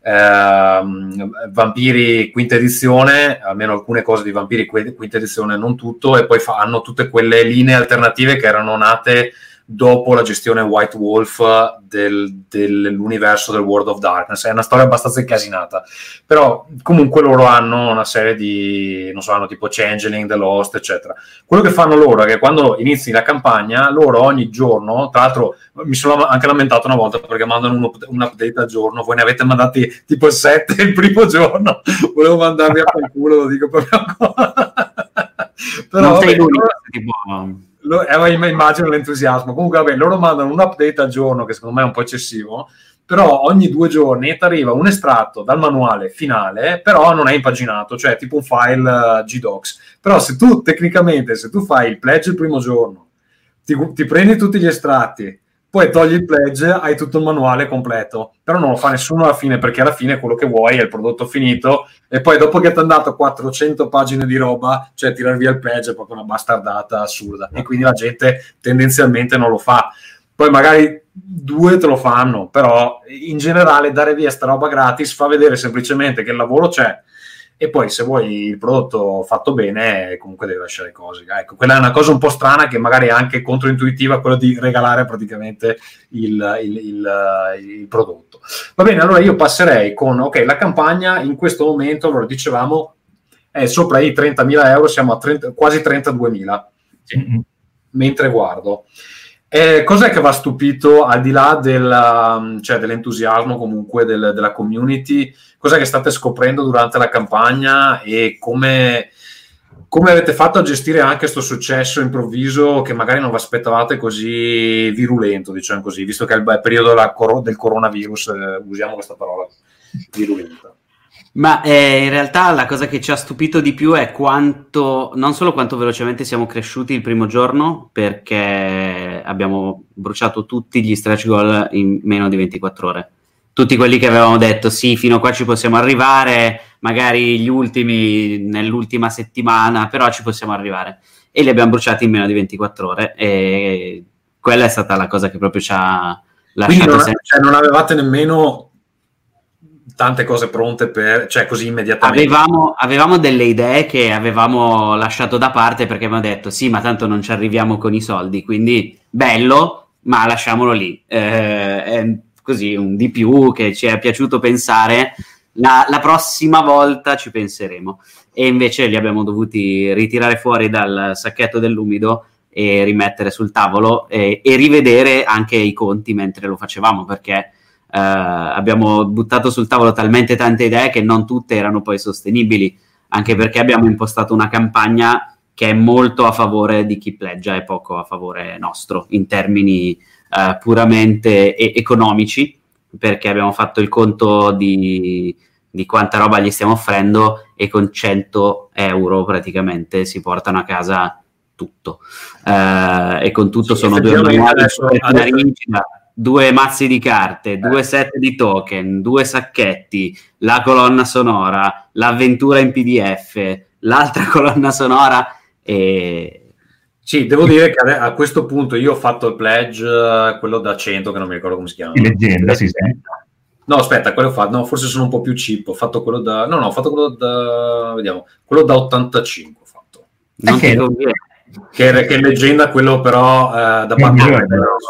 ehm, Vampiri quinta edizione, almeno alcune cose di Vampiri quinta edizione, non tutto, e poi fa- hanno tutte quelle linee alternative che erano nate dopo la gestione White Wolf del, dell'universo del World of Darkness. È una storia abbastanza incasinata, però comunque loro hanno una serie di, non so, hanno tipo Changeling, The Lost, eccetera. Quello che fanno loro è che quando inizi la campagna, loro ogni giorno, tra l'altro mi sono anche lamentato una volta perché mandano un, up- un update al giorno, voi ne avete mandati tipo sette il primo giorno, volevo mandarvi a quel culo, lo dico proprio ancora. Però non sei vabbè, l'unico, loro, tipo... lo, eh, immagino l'entusiasmo. Comunque vabbè, loro mandano un update al giorno che secondo me è un po' eccessivo, però ogni due giorni ti arriva un estratto dal manuale finale, però non è impaginato, cioè tipo un file uh, G Docs. Però se tu tecnicamente, se tu fai il pledge il primo giorno, ti, ti prendi tutti gli estratti, poi togli il pledge, hai tutto il manuale completo, però non lo fa nessuno alla fine, perché alla fine quello che vuoi è il prodotto finito, e poi dopo che ti hanno dato quattrocento pagine di roba, cioè tirar via il pledge è proprio una bastardata assurda, e quindi la gente tendenzialmente non lo fa. Poi magari due te lo fanno, però in generale dare via sta roba gratis fa vedere semplicemente che il lavoro c'è, e poi se vuoi il prodotto fatto bene comunque devi lasciare cose. Ecco, quella è una cosa un po' strana, che magari è anche controintuitiva, quello di regalare praticamente il, il, il, il prodotto. Va bene, allora io passerei con ok, la campagna in questo momento, allora dicevamo è sopra i trentamila euro, siamo a trenta, quasi trentaduemila, Mm-hmm. mentre guardo. Eh, cos'è che va stupito, al di là del, cioè dell'entusiasmo comunque del, della community? Cos'è che state scoprendo durante la campagna, e come, come avete fatto a gestire anche questo successo improvviso che magari non vi aspettavate così virulento, diciamo così, visto che è il periodo della, del coronavirus, eh, usiamo questa parola, virulenta. Ma eh, in realtà la cosa che ci ha stupito di più è quanto, non solo quanto velocemente siamo cresciuti il primo giorno, perché abbiamo bruciato tutti gli stretch goal in meno di ventiquattro ore. Tutti quelli che avevamo detto sì, fino a qua ci possiamo arrivare, magari gli ultimi nell'ultima settimana, però ci possiamo arrivare. E li abbiamo bruciati in meno di ventiquattro ore, e quella è stata la cosa che proprio ci ha lasciato. Quindi non, sempre... cioè, non avevate nemmeno tante cose pronte per, cioè così immediatamente? Avevamo, avevamo delle idee che avevamo lasciato da parte, perché abbiamo detto sì, ma tanto non ci arriviamo con i soldi, quindi bello, ma lasciamolo lì. Eh, è così un di più che ci è piaciuto pensare, la, la prossima volta ci penseremo, e invece li abbiamo dovuti ritirare fuori dal sacchetto dell'umido e rimettere sul tavolo, e, e rivedere anche i conti mentre lo facevamo, perché Uh, abbiamo buttato sul tavolo talmente tante idee che non tutte erano poi sostenibili, anche perché abbiamo impostato una campagna che è molto a favore di chi pleggia e poco a favore nostro in termini uh, puramente e- economici, perché abbiamo fatto il conto di, di quanta roba gli stiamo offrendo, e con cento euro praticamente si portano a casa tutto, uh, e con tutto sì, sono due manuali, adesso, adesso... due mazzi di carte, eh. due set di token, due sacchetti, la colonna sonora, l'avventura in P D F, l'altra colonna sonora, e... Sì, devo dire che a questo punto io ho fatto il pledge, quello da cento, che non mi ricordo come si chiama. Leggenda, sì, sì. No, aspetta, quello ho fatto, no, forse sono un po' più cheap, ho fatto quello da... No, no, ho fatto quello da... Vediamo, quello da ottantacinque ho fatto. Non okay. ti conviene. Che, che leggenda quello però eh, da paccare,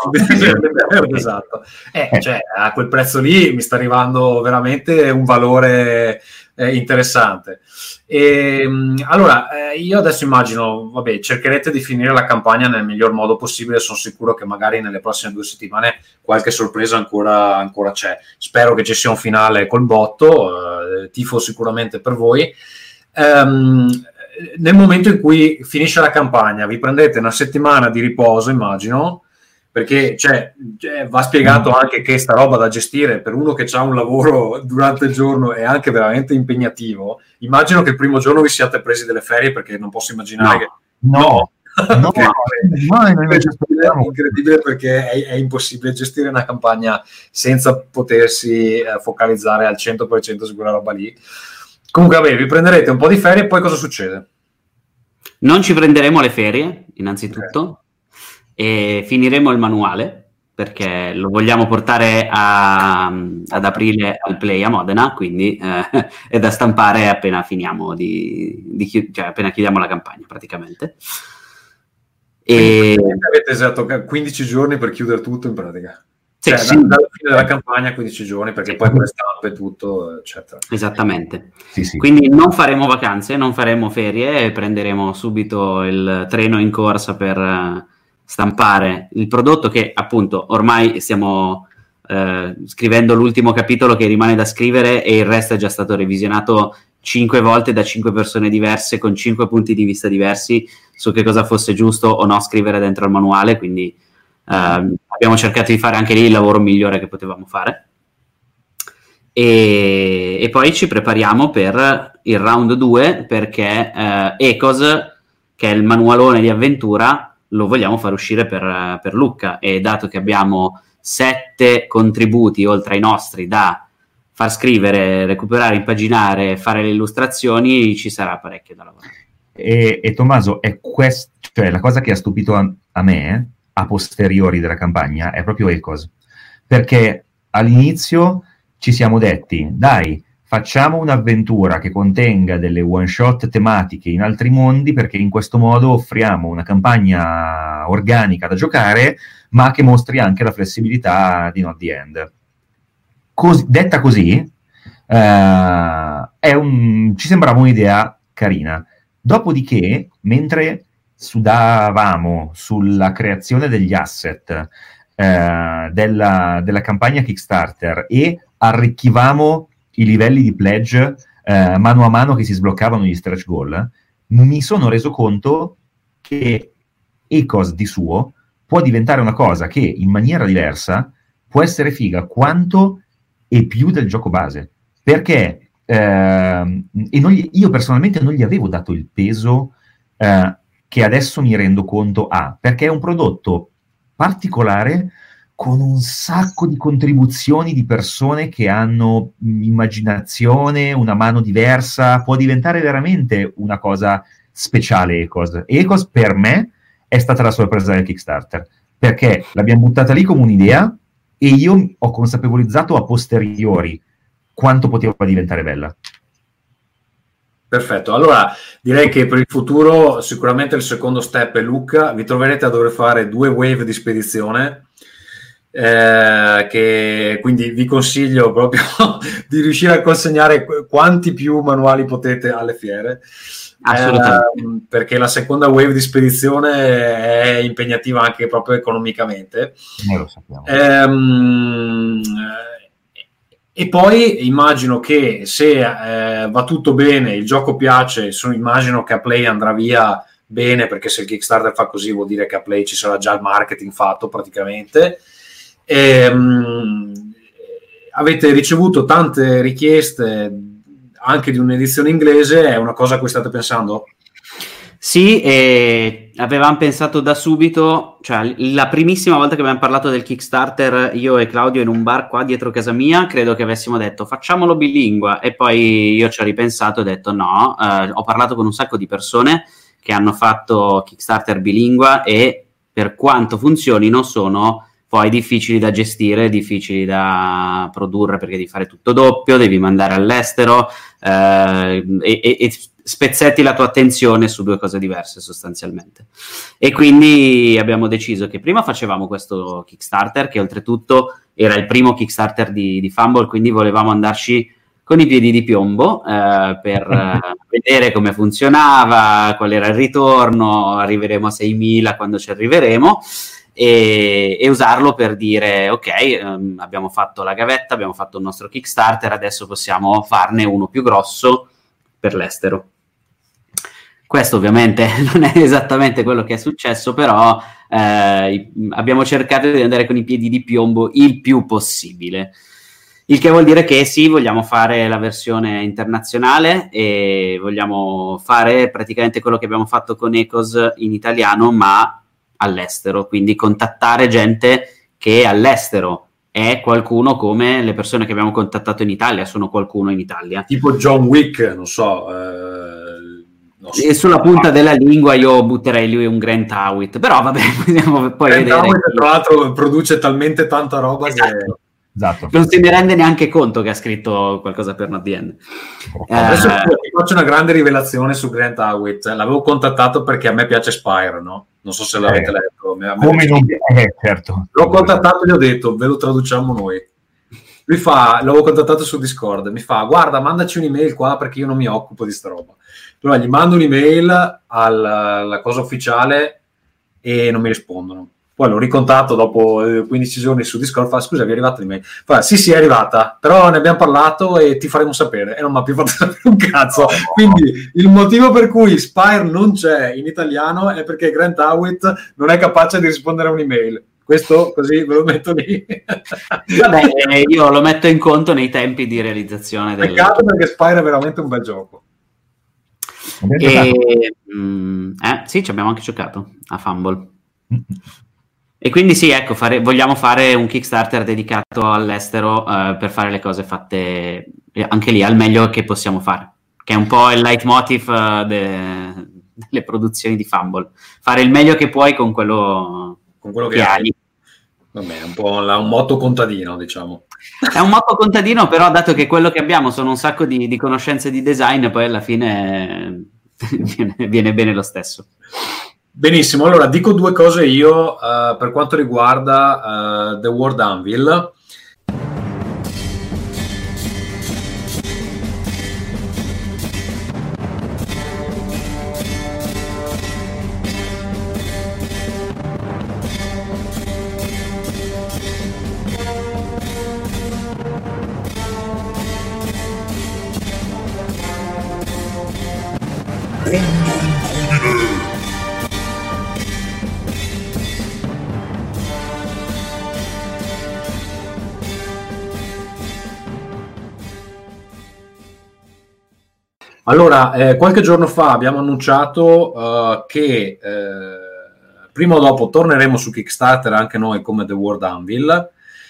esatto. Eh, cioè, a quel prezzo lì mi sta arrivando veramente un valore eh, interessante. E, allora, eh, io adesso immagino, vabbè, cercherete di finire la campagna nel miglior modo possibile, sono sicuro che magari nelle prossime due settimane qualche sorpresa ancora, ancora c'è. Spero che ci sia un finale col botto, eh, tifo sicuramente per voi. Um, nel momento in cui finisce la campagna vi prendete una settimana di riposo, immagino, perché cioè, va spiegato anche che sta roba da gestire per uno che ha un lavoro durante il giorno è anche veramente impegnativo. Immagino che il primo giorno vi siate presi delle ferie, perché non posso immaginare no. che no no, okay. no, no, no, è incredibile, perché è, è impossibile gestire una campagna senza potersi eh, focalizzare al cento per cento su quella roba lì. Comunque, vabbè, vi prenderete un po' di ferie e poi cosa succede? Non ci prenderemo le ferie, innanzitutto, okay. E finiremo il manuale, perché lo vogliamo portare a, ad aprile al Play a Modena, quindi eh, è da stampare appena finiamo di, di chi- cioè appena chiudiamo la campagna praticamente. E avete esatto quindici giorni per chiudere tutto in pratica. Sì, cioè, sì. da, dalla fine della campagna quindici giorni, perché sì. Poi con le stampe e tutto, eccetera. Esattamente. Sì, sì. Quindi non faremo vacanze, non faremo ferie, prenderemo subito il treno in corsa per stampare il prodotto che appunto ormai stiamo eh, scrivendo l'ultimo capitolo che rimane da scrivere e il resto è già stato revisionato cinque volte da cinque persone diverse con cinque punti di vista diversi su che cosa fosse giusto o no scrivere dentro il manuale, quindi Uh, abbiamo cercato di fare anche lì il lavoro migliore che potevamo fare e, e poi ci prepariamo per il round due perché uh, Ecos, che è il manualone di avventura, lo vogliamo far uscire per, per Lucca, e dato che abbiamo sette contributi oltre ai nostri da far scrivere, recuperare, impaginare, fare le illustrazioni, ci sarà parecchio da lavorare. E, e Tommaso, è quest- cioè la cosa che ha stupito a, a me a posteriori della campagna è proprio Ecos, perché all'inizio ci siamo detti dai, facciamo un'avventura che contenga delle one shot tematiche in altri mondi, perché in questo modo offriamo una campagna organica da giocare ma che mostri anche la flessibilità di Not the End. Cos- detta così eh, è un, ci sembrava un'idea carina. Dopodiché, mentre sudavamo sulla creazione degli asset eh, della, della campagna Kickstarter e arricchivamo i livelli di pledge eh, mano a mano che si sbloccavano gli stretch goal, mi sono reso conto che Ecos di suo può diventare una cosa che in maniera diversa può essere figa quanto e più del gioco base, perché eh, e non gli, io personalmente non gli avevo dato il peso eh, che adesso mi rendo conto ha, perché è un prodotto particolare con un sacco di contribuzioni di persone che hanno immaginazione, una mano diversa, può diventare veramente una cosa speciale Ecos. E Ecos per me è stata la sorpresa del Kickstarter, perché l'abbiamo buttata lì come un'idea e io ho consapevolizzato a posteriori quanto poteva diventare bella. Perfetto, allora direi che per il futuro sicuramente il secondo step è Lucca, vi troverete a dover fare due wave di spedizione, eh, che quindi vi consiglio proprio di riuscire a consegnare quanti più manuali potete alle fiere, assolutamente, eh, perché la seconda wave di spedizione è impegnativa anche proprio economicamente. Noi lo sappiamo. Ehm, E poi immagino che se eh, va tutto bene, il gioco piace, sono, immagino che a Play andrà via bene, perché se il Kickstarter fa così vuol dire che a Play ci sarà già il marketing fatto praticamente. E, mh, avete ricevuto tante richieste anche di un'edizione inglese, è una cosa a cui state pensando? Sì, e avevamo pensato da subito, cioè la primissima volta che abbiamo parlato del Kickstarter, io e Claudio in un bar qua dietro casa mia, credo che avessimo detto facciamolo bilingua, e poi io ci ho ripensato e ho detto no, eh, ho parlato con un sacco di persone che hanno fatto Kickstarter bilingua e per quanto funzionino sono poi difficili da gestire, difficili da produrre, perché devi fare tutto doppio, devi mandare all'estero eh, e, e, e spezzetti la tua attenzione su due cose diverse sostanzialmente. E quindi abbiamo deciso che prima facevamo questo Kickstarter, che oltretutto era il primo Kickstarter di, di Fumble, quindi volevamo andarci con i piedi di piombo eh, per eh, vedere come funzionava, qual era il ritorno, arriveremo a seimila quando ci arriveremo, e, e usarlo per dire ok, ehm, abbiamo fatto la gavetta, abbiamo fatto il nostro Kickstarter, adesso possiamo farne uno più grosso per l'estero. Questo ovviamente non è esattamente quello che è successo, però eh, abbiamo cercato di andare con i piedi di piombo il più possibile. Il che vuol dire che sì, vogliamo fare la versione internazionale e vogliamo fare praticamente quello che abbiamo fatto con Ecos in italiano, ma all'estero, quindi contattare gente che all'estero è qualcuno come le persone che abbiamo contattato in Italia sono qualcuno in Italia. Tipo John Wick, non so... Eh... E sulla punta della lingua io butterei lui un Grant Howitt, però vabbè, possiamo poi Grant vedere. Howitt, tra l'altro, produce talmente tanta roba esatto. che... Esatto. Non se ne rende neanche conto che ha scritto qualcosa per Not the End. Adesso eh, ti faccio una grande rivelazione su Grant Howitt. L'avevo contattato perché a me piace Spyro, no? non so se l'avete eh, letto. Mi, come non... Eh, certo. L'ho contattato e gli ho detto, ve lo traduciamo noi. Lui fa, l'avevo contattato su Discord, mi fa, guarda, mandaci un'email qua perché io non mi occupo di sta roba. Allora gli mando un'email alla, alla cosa ufficiale e non mi rispondono. Poi l'ho ricontatto dopo quindici giorni su Discord, fa, scusa, vi è arrivata l'email? Fa, sì, sì, è arrivata, però ne abbiamo parlato e ti faremo sapere. E non mi ha più fatto sapere un cazzo. Quindi il motivo per cui Spire non c'è in italiano è perché Grant Howitt non è capace di rispondere a un'email. Questo così ve lo metto lì. Vabbè, io lo metto in conto nei tempi di realizzazione del... Peccato perché Spire è veramente un bel gioco. E, mh, eh, sì, ci abbiamo anche giocato a Fumble. E quindi sì, ecco, fare, vogliamo fare un Kickstarter dedicato all'estero eh, per fare le cose fatte anche lì al meglio che possiamo fare, che è un po' il leitmotiv uh, de, delle produzioni di Fumble. Fare il meglio che puoi con quello, con quello che, che hai. hai. Vabbè, è un po' la, un motto contadino, diciamo. È un motto contadino, però dato che quello che abbiamo sono un sacco di, di conoscenze di design, poi alla fine viene, viene bene lo stesso. Benissimo, allora dico due cose io uh, per quanto riguarda uh, The World Anvil. Allora, eh, qualche giorno fa abbiamo annunciato uh, che eh, prima o dopo torneremo su Kickstarter anche noi come The World Anvil.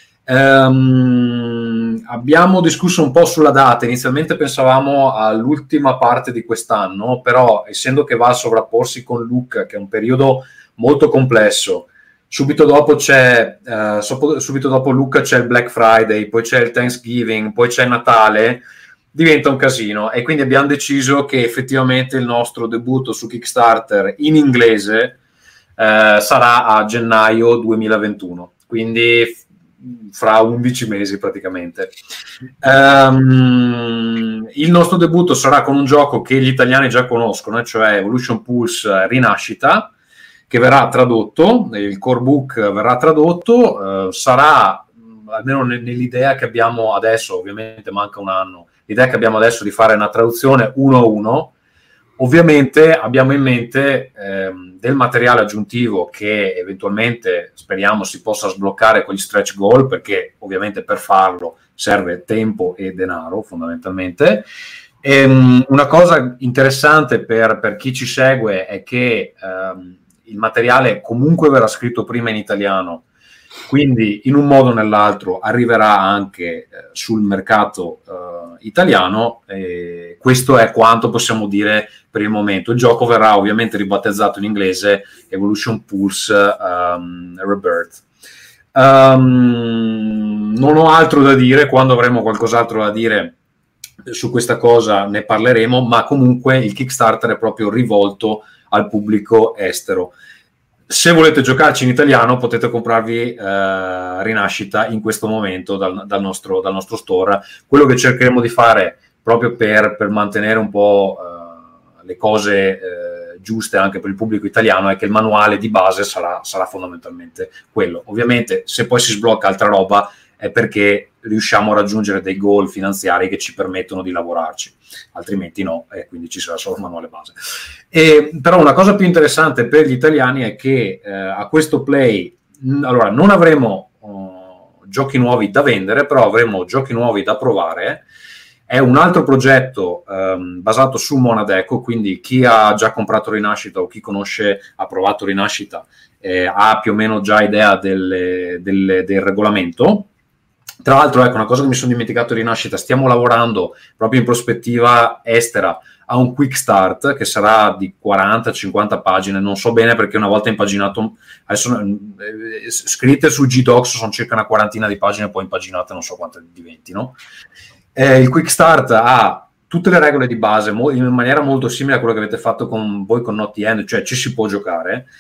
Um, abbiamo discusso un po' sulla data, inizialmente pensavamo all'ultima parte di quest'anno, però essendo che va a sovrapporsi con Luca, che è un periodo molto complesso, subito dopo c'è uh, subito dopo Luca c'è il Black Friday, poi c'è il Thanksgiving, poi c'è Natale, diventa un casino e quindi abbiamo deciso che effettivamente il nostro debutto su Kickstarter in inglese eh, sarà a gennaio duemilaventuno, quindi f- fra undici mesi praticamente. Um, il nostro debutto sarà con un gioco che gli italiani già conoscono, cioè Evolution Pulse Rinascita, che verrà tradotto, il core book verrà tradotto, eh, sarà, almeno nell'idea che abbiamo adesso, ovviamente manca un anno, l'idea che abbiamo adesso di fare una traduzione uno a uno. Ovviamente abbiamo in mente ehm, del materiale aggiuntivo che eventualmente speriamo si possa sbloccare con gli stretch goal, perché ovviamente per farlo serve tempo e denaro fondamentalmente. Ehm, una cosa interessante per, per chi ci segue è che ehm, il materiale comunque verrà scritto prima in italiano, quindi in un modo o nell'altro arriverà anche eh, sul mercato eh, italiano. E questo è quanto possiamo dire per il momento. Il gioco verrà ovviamente ribattezzato in inglese Evolution Pulse um, Rebirth. Um, non ho altro da dire, quando avremo qualcos'altro da dire su questa cosa ne parleremo, ma comunque il Kickstarter è proprio rivolto al pubblico estero. Se volete giocarci in italiano potete comprarvi eh, Rinascita in questo momento dal, dal, nostro, dal nostro store. Quello che cercheremo di fare proprio per, per mantenere un po' eh, le cose eh, giuste anche per il pubblico italiano è che il manuale di base sarà, sarà fondamentalmente quello. Ovviamente se poi si sblocca altra roba è perché riusciamo a raggiungere dei goal finanziari che ci permettono di lavorarci, altrimenti no, e quindi ci sarà solo il manuale base. E, però una cosa più interessante per gli italiani è che eh, a questo play mh, allora non avremo uh, giochi nuovi da vendere, però avremo giochi nuovi da provare. È un altro progetto um, basato su Monadeco, quindi chi ha già comprato Rinascita o chi conosce, ha provato Rinascita, eh, ha più o meno già idea delle, delle, del regolamento. Tra l'altro, ecco, una cosa che mi sono dimenticato di Rinascita, stiamo lavorando proprio in prospettiva estera a un quick start che sarà di quaranta cinquanta pagine, non so bene perché una volta impaginato, adesso eh, scritte su G-Docs sono circa una quarantina di pagine, poi impaginate non so quante diventino. Eh, il quick start ha tutte le regole di base mo- in maniera molto simile a quello che avete fatto con voi con Not The End, cioè ci si può giocare.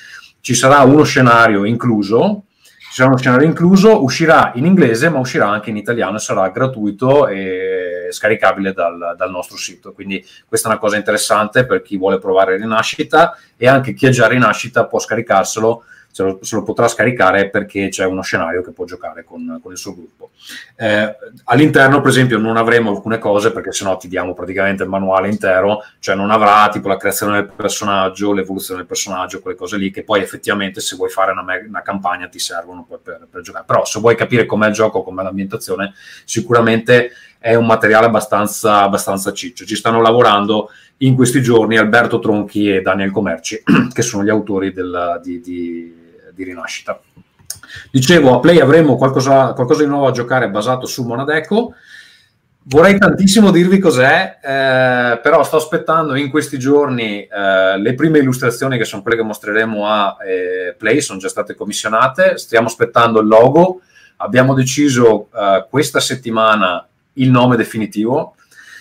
ci sarà uno scenario incluso, ci sarà uno scenario incluso, uscirà in inglese ma uscirà anche in italiano e sarà gratuito e scaricabile dal, dal nostro sito, quindi questa è una cosa interessante per chi vuole provare Rinascita, e anche chi è già Rinascita può scaricarselo, se lo, se lo potrà scaricare perché c'è uno scenario che può giocare con, con il suo gruppo. Eh, all'interno, per esempio, non avremo alcune cose perché sennò ti diamo praticamente il manuale intero, cioè non avrà tipo la creazione del personaggio, l'evoluzione del personaggio, quelle cose lì che poi effettivamente se vuoi fare una, me- una campagna ti servono poi per, per giocare. Però se vuoi capire com'è il gioco, com'è l'ambientazione, sicuramente è un materiale abbastanza, abbastanza ciccio. Ci stanno lavorando in questi giorni Alberto Tronchi e Daniel Comerci, che sono gli autori del, di, di di Rinascita. Dicevo, a Play avremo qualcosa, qualcosa di nuovo a giocare basato su Monadeco. Vorrei tantissimo dirvi cos'è, eh, però sto aspettando in questi giorni eh, le prime illustrazioni, che sono quelle che mostreremo a eh, Play, sono già state commissionate, stiamo aspettando il logo, abbiamo deciso eh, questa settimana il nome definitivo.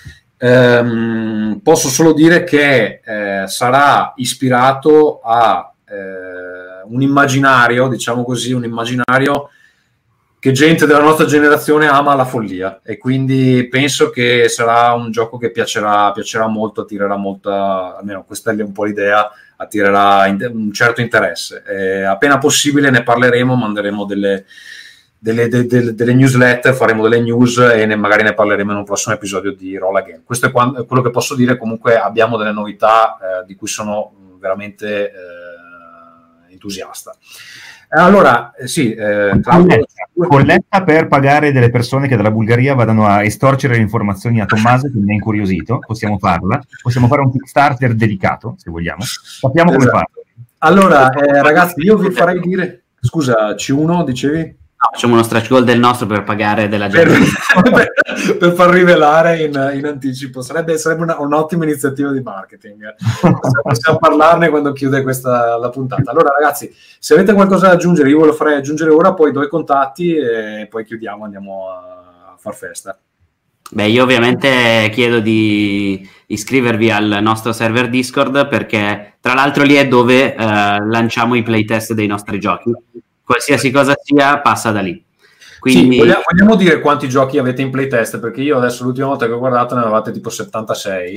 Eh, posso solo dire che eh, sarà ispirato a eh, un immaginario, diciamo così, un immaginario che gente della nostra generazione ama alla follia, e quindi penso che sarà un gioco che piacerà, piacerà molto, attirerà molta, almeno questa è un po' l'idea, attirerà un certo interesse. Eh, appena possibile ne parleremo, manderemo delle, delle, de, de, delle newsletter, faremo delle news e ne, magari ne parleremo in un prossimo episodio di Roll Again. Questo è quando, quello che posso dire. Comunque abbiamo delle novità eh, di cui sono veramente eh, entusiasta. Allora, eh, sì, eh, Claudio... Colletta per pagare delle persone che dalla Bulgaria vadano a estorcere le informazioni a Tommaso, che mi ha incuriosito. Possiamo farla, possiamo fare un Kickstarter dedicato, se vogliamo. Sappiamo come esatto. farlo. Allora, eh, ragazzi, io vi farei dire... Scusa, C uno dicevi? No, facciamo uno stretch goal del nostro per pagare della gente. Per, per far rivelare in, in anticipo. Sarebbe, sarebbe una, un'ottima iniziativa di marketing. Possiamo parlarne quando chiude questa la puntata. Allora, ragazzi, se avete qualcosa da aggiungere, io ve lo farei aggiungere ora, poi do i contatti e poi chiudiamo, andiamo a far festa. Beh, io ovviamente chiedo di iscrivervi al nostro server Discord, perché tra l'altro lì è dove eh, lanciamo i playtest dei nostri giochi. Qualsiasi cosa sia passa da lì. Quindi... Sì, vogliamo, vogliamo dire quanti giochi avete in playtest? Perché io adesso l'ultima volta che ho guardato ne avevate tipo settantasei.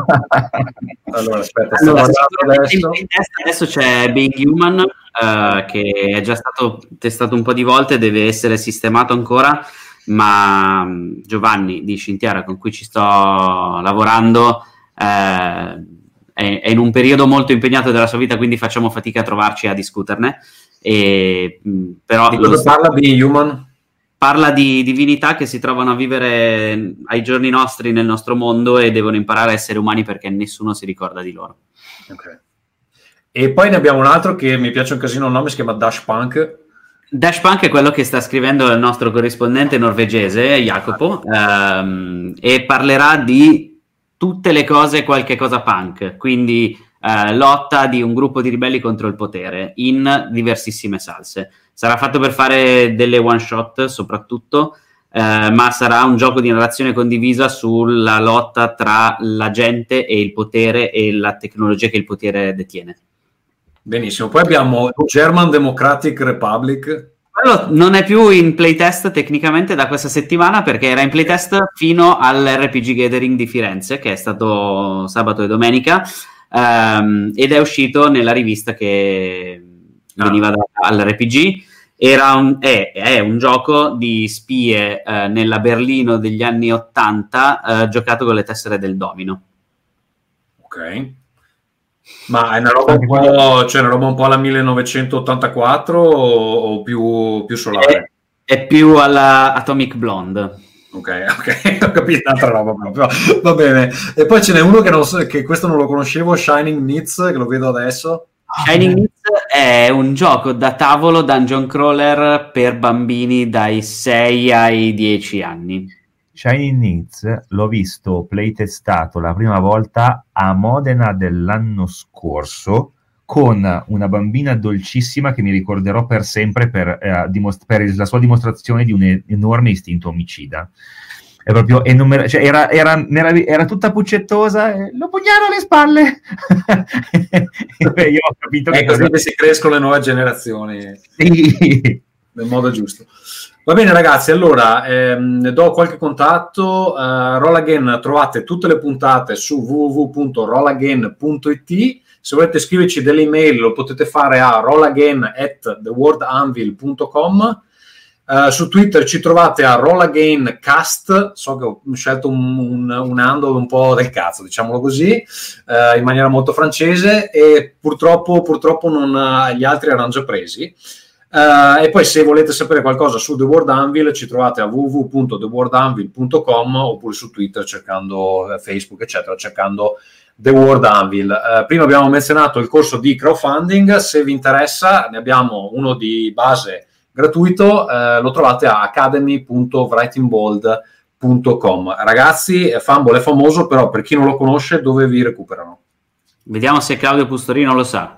Allora aspetta, allora, adesso. In playtest adesso c'è Being Human, uh, che è già stato testato un po' di volte, deve essere sistemato ancora, ma Giovanni di Scintiara, con cui ci sto lavorando, eh, è, è in un periodo molto impegnato della sua vita, quindi facciamo fatica a trovarci a discuterne. E, però di cosa parla Being Human? Parla di divinità che si trovano a vivere ai giorni nostri nel nostro mondo e devono imparare a essere umani perché nessuno si ricorda di loro. Okay. E poi ne abbiamo un altro che mi piace un casino il nome, si chiama Dash Punk. Dash Punk è quello che sta scrivendo il nostro corrispondente norvegese, Jacopo, ehm, e parlerà di tutte le cose, qualche cosa punk, quindi eh, lotta di un gruppo di ribelli contro il potere in diversissime salse. Sarà fatto per fare delle one shot soprattutto, eh, ma sarà un gioco di narrazione condivisa sulla lotta tra la gente e il potere e la tecnologia che il potere detiene. Benissimo, poi abbiamo German Democratic Republic. Quello non è più in playtest tecnicamente da questa settimana, perché era in playtest fino all'R P G Gathering di Firenze, che è stato sabato e domenica, um, ed è uscito nella rivista che ah. veniva da, all'R P G. Era un, è, è un gioco di spie eh, nella Berlino degli anni ottanta, eh, giocato con le tessere del domino. Ok. Ma è una roba un po', cioè una roba un po' alla millenovecentottantaquattro o, o più, più solare? È, è più alla Atomic Blonde. Ok, ok, ho capito, un'altra roba proprio. Va bene. E poi ce n'è uno che, non so, che questo non lo conoscevo, Shining Needs, che lo vedo adesso. Shining Needs è un gioco da tavolo dungeon crawler per bambini dai sei ai dieci anni. Shining Needs l'ho visto playtestato la prima volta a Modena dell'anno scorso con una bambina dolcissima che mi ricorderò per sempre per, eh, dimost- per la sua dimostrazione di un enorme istinto omicida. è proprio, e non me, cioè era, era, era, era tutta puccettosa, e lo pugnalo alle spalle. E io ho capito è che così cosa... che si crescono le nuove generazioni. Sì. Nel modo giusto. Va bene ragazzi, allora ehm, do qualche contatto. uh, Roll Again, trovate tutte le puntate su w w w punto roll again punto i t. Se volete scriverci delle email lo potete fare a rollagain at the world anvil punto com. Uh, su Twitter ci trovate a rollagaincast. So che ho scelto un, un, un handle un po' del cazzo, diciamolo così, uh, in maniera molto francese, e purtroppo, purtroppo non, uh, gli altri erano già presi. Uh, e poi se volete sapere qualcosa su The World Anvil ci trovate a w w w punto the world anvil punto com, oppure su Twitter cercando uh, Facebook eccetera, cercando The World Anvil. Uh, prima abbiamo menzionato il corso di crowdfunding. Se vi interessa ne abbiamo uno di base gratuito, uh, lo trovate a academy punto writingbold punto com. Ragazzi, Fumble è famoso, però per chi non lo conosce dove vi recuperano? Vediamo se Claudio Pustorino lo sa.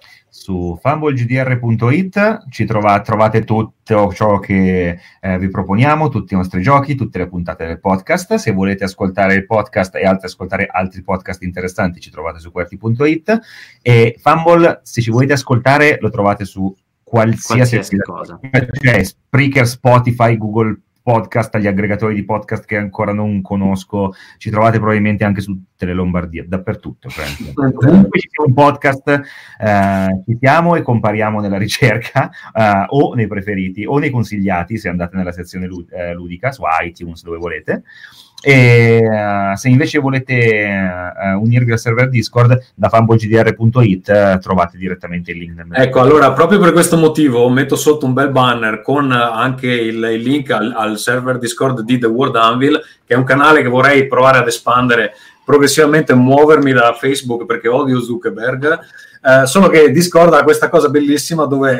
Su fumble g d r punto i t ci trova, trovate tutto ciò che eh, vi proponiamo, tutti i nostri giochi, tutte le puntate del podcast. Se volete ascoltare il podcast e altri, ascoltare altri podcast interessanti ci trovate su qwerty punto i t, e Fumble, se ci volete ascoltare, lo trovate su qualsiasi, qualsiasi cosa, cioè Spreaker, Spotify, Google Podcast, gli aggregatori di podcast che ancora non conosco, ci trovate probabilmente anche su tutte le Lombardie, dappertutto. Comunque ci sia un podcast, eh, ci siamo e compariamo nella ricerca, eh, o nei preferiti o nei consigliati, se andate nella sezione lud- eh, ludica su iTunes, dove volete. E uh, se invece volete uh, unirvi al server Discord, da fumble g d r punto i t uh, trovate direttamente il link nel menu. Ecco, allora proprio per questo motivo metto sotto un bel banner con anche il, il link al, al server Discord di The World Anvil, che è un canale che vorrei provare ad espandere progressivamente, muovermi da Facebook perché odio Zuckerberg. Uh, solo che Discord ha questa cosa bellissima dove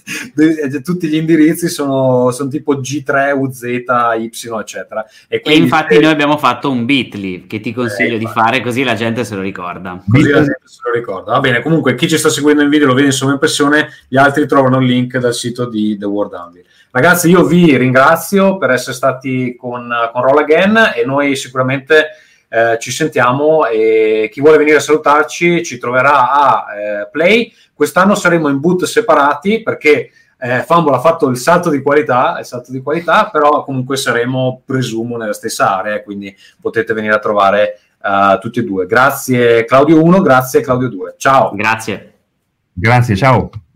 tutti gli indirizzi sono, sono tipo G tre, U Z, Y, eccetera. E, e infatti se... noi abbiamo fatto un Bitly che ti consiglio eh, di fare, così la gente se lo ricorda. Così la gente se lo ricorda. Va bene, comunque chi ci sta seguendo in video lo vede in sovraimpressione, gli altri trovano il link dal sito di The World Anvil. Ragazzi, io vi ringrazio per essere stati con, con Roll Again, e noi sicuramente Eh, ci sentiamo, e chi vuole venire a salutarci ci troverà a eh, Play. Quest'anno saremo in boot separati perché eh, Fumble ha fatto il salto di qualità, il salto di qualità, però comunque saremo, presumo, nella stessa area, quindi potete venire a trovare uh, tutti e due. Grazie Claudio uno, grazie Claudio due. Ciao. Grazie. Grazie, ciao.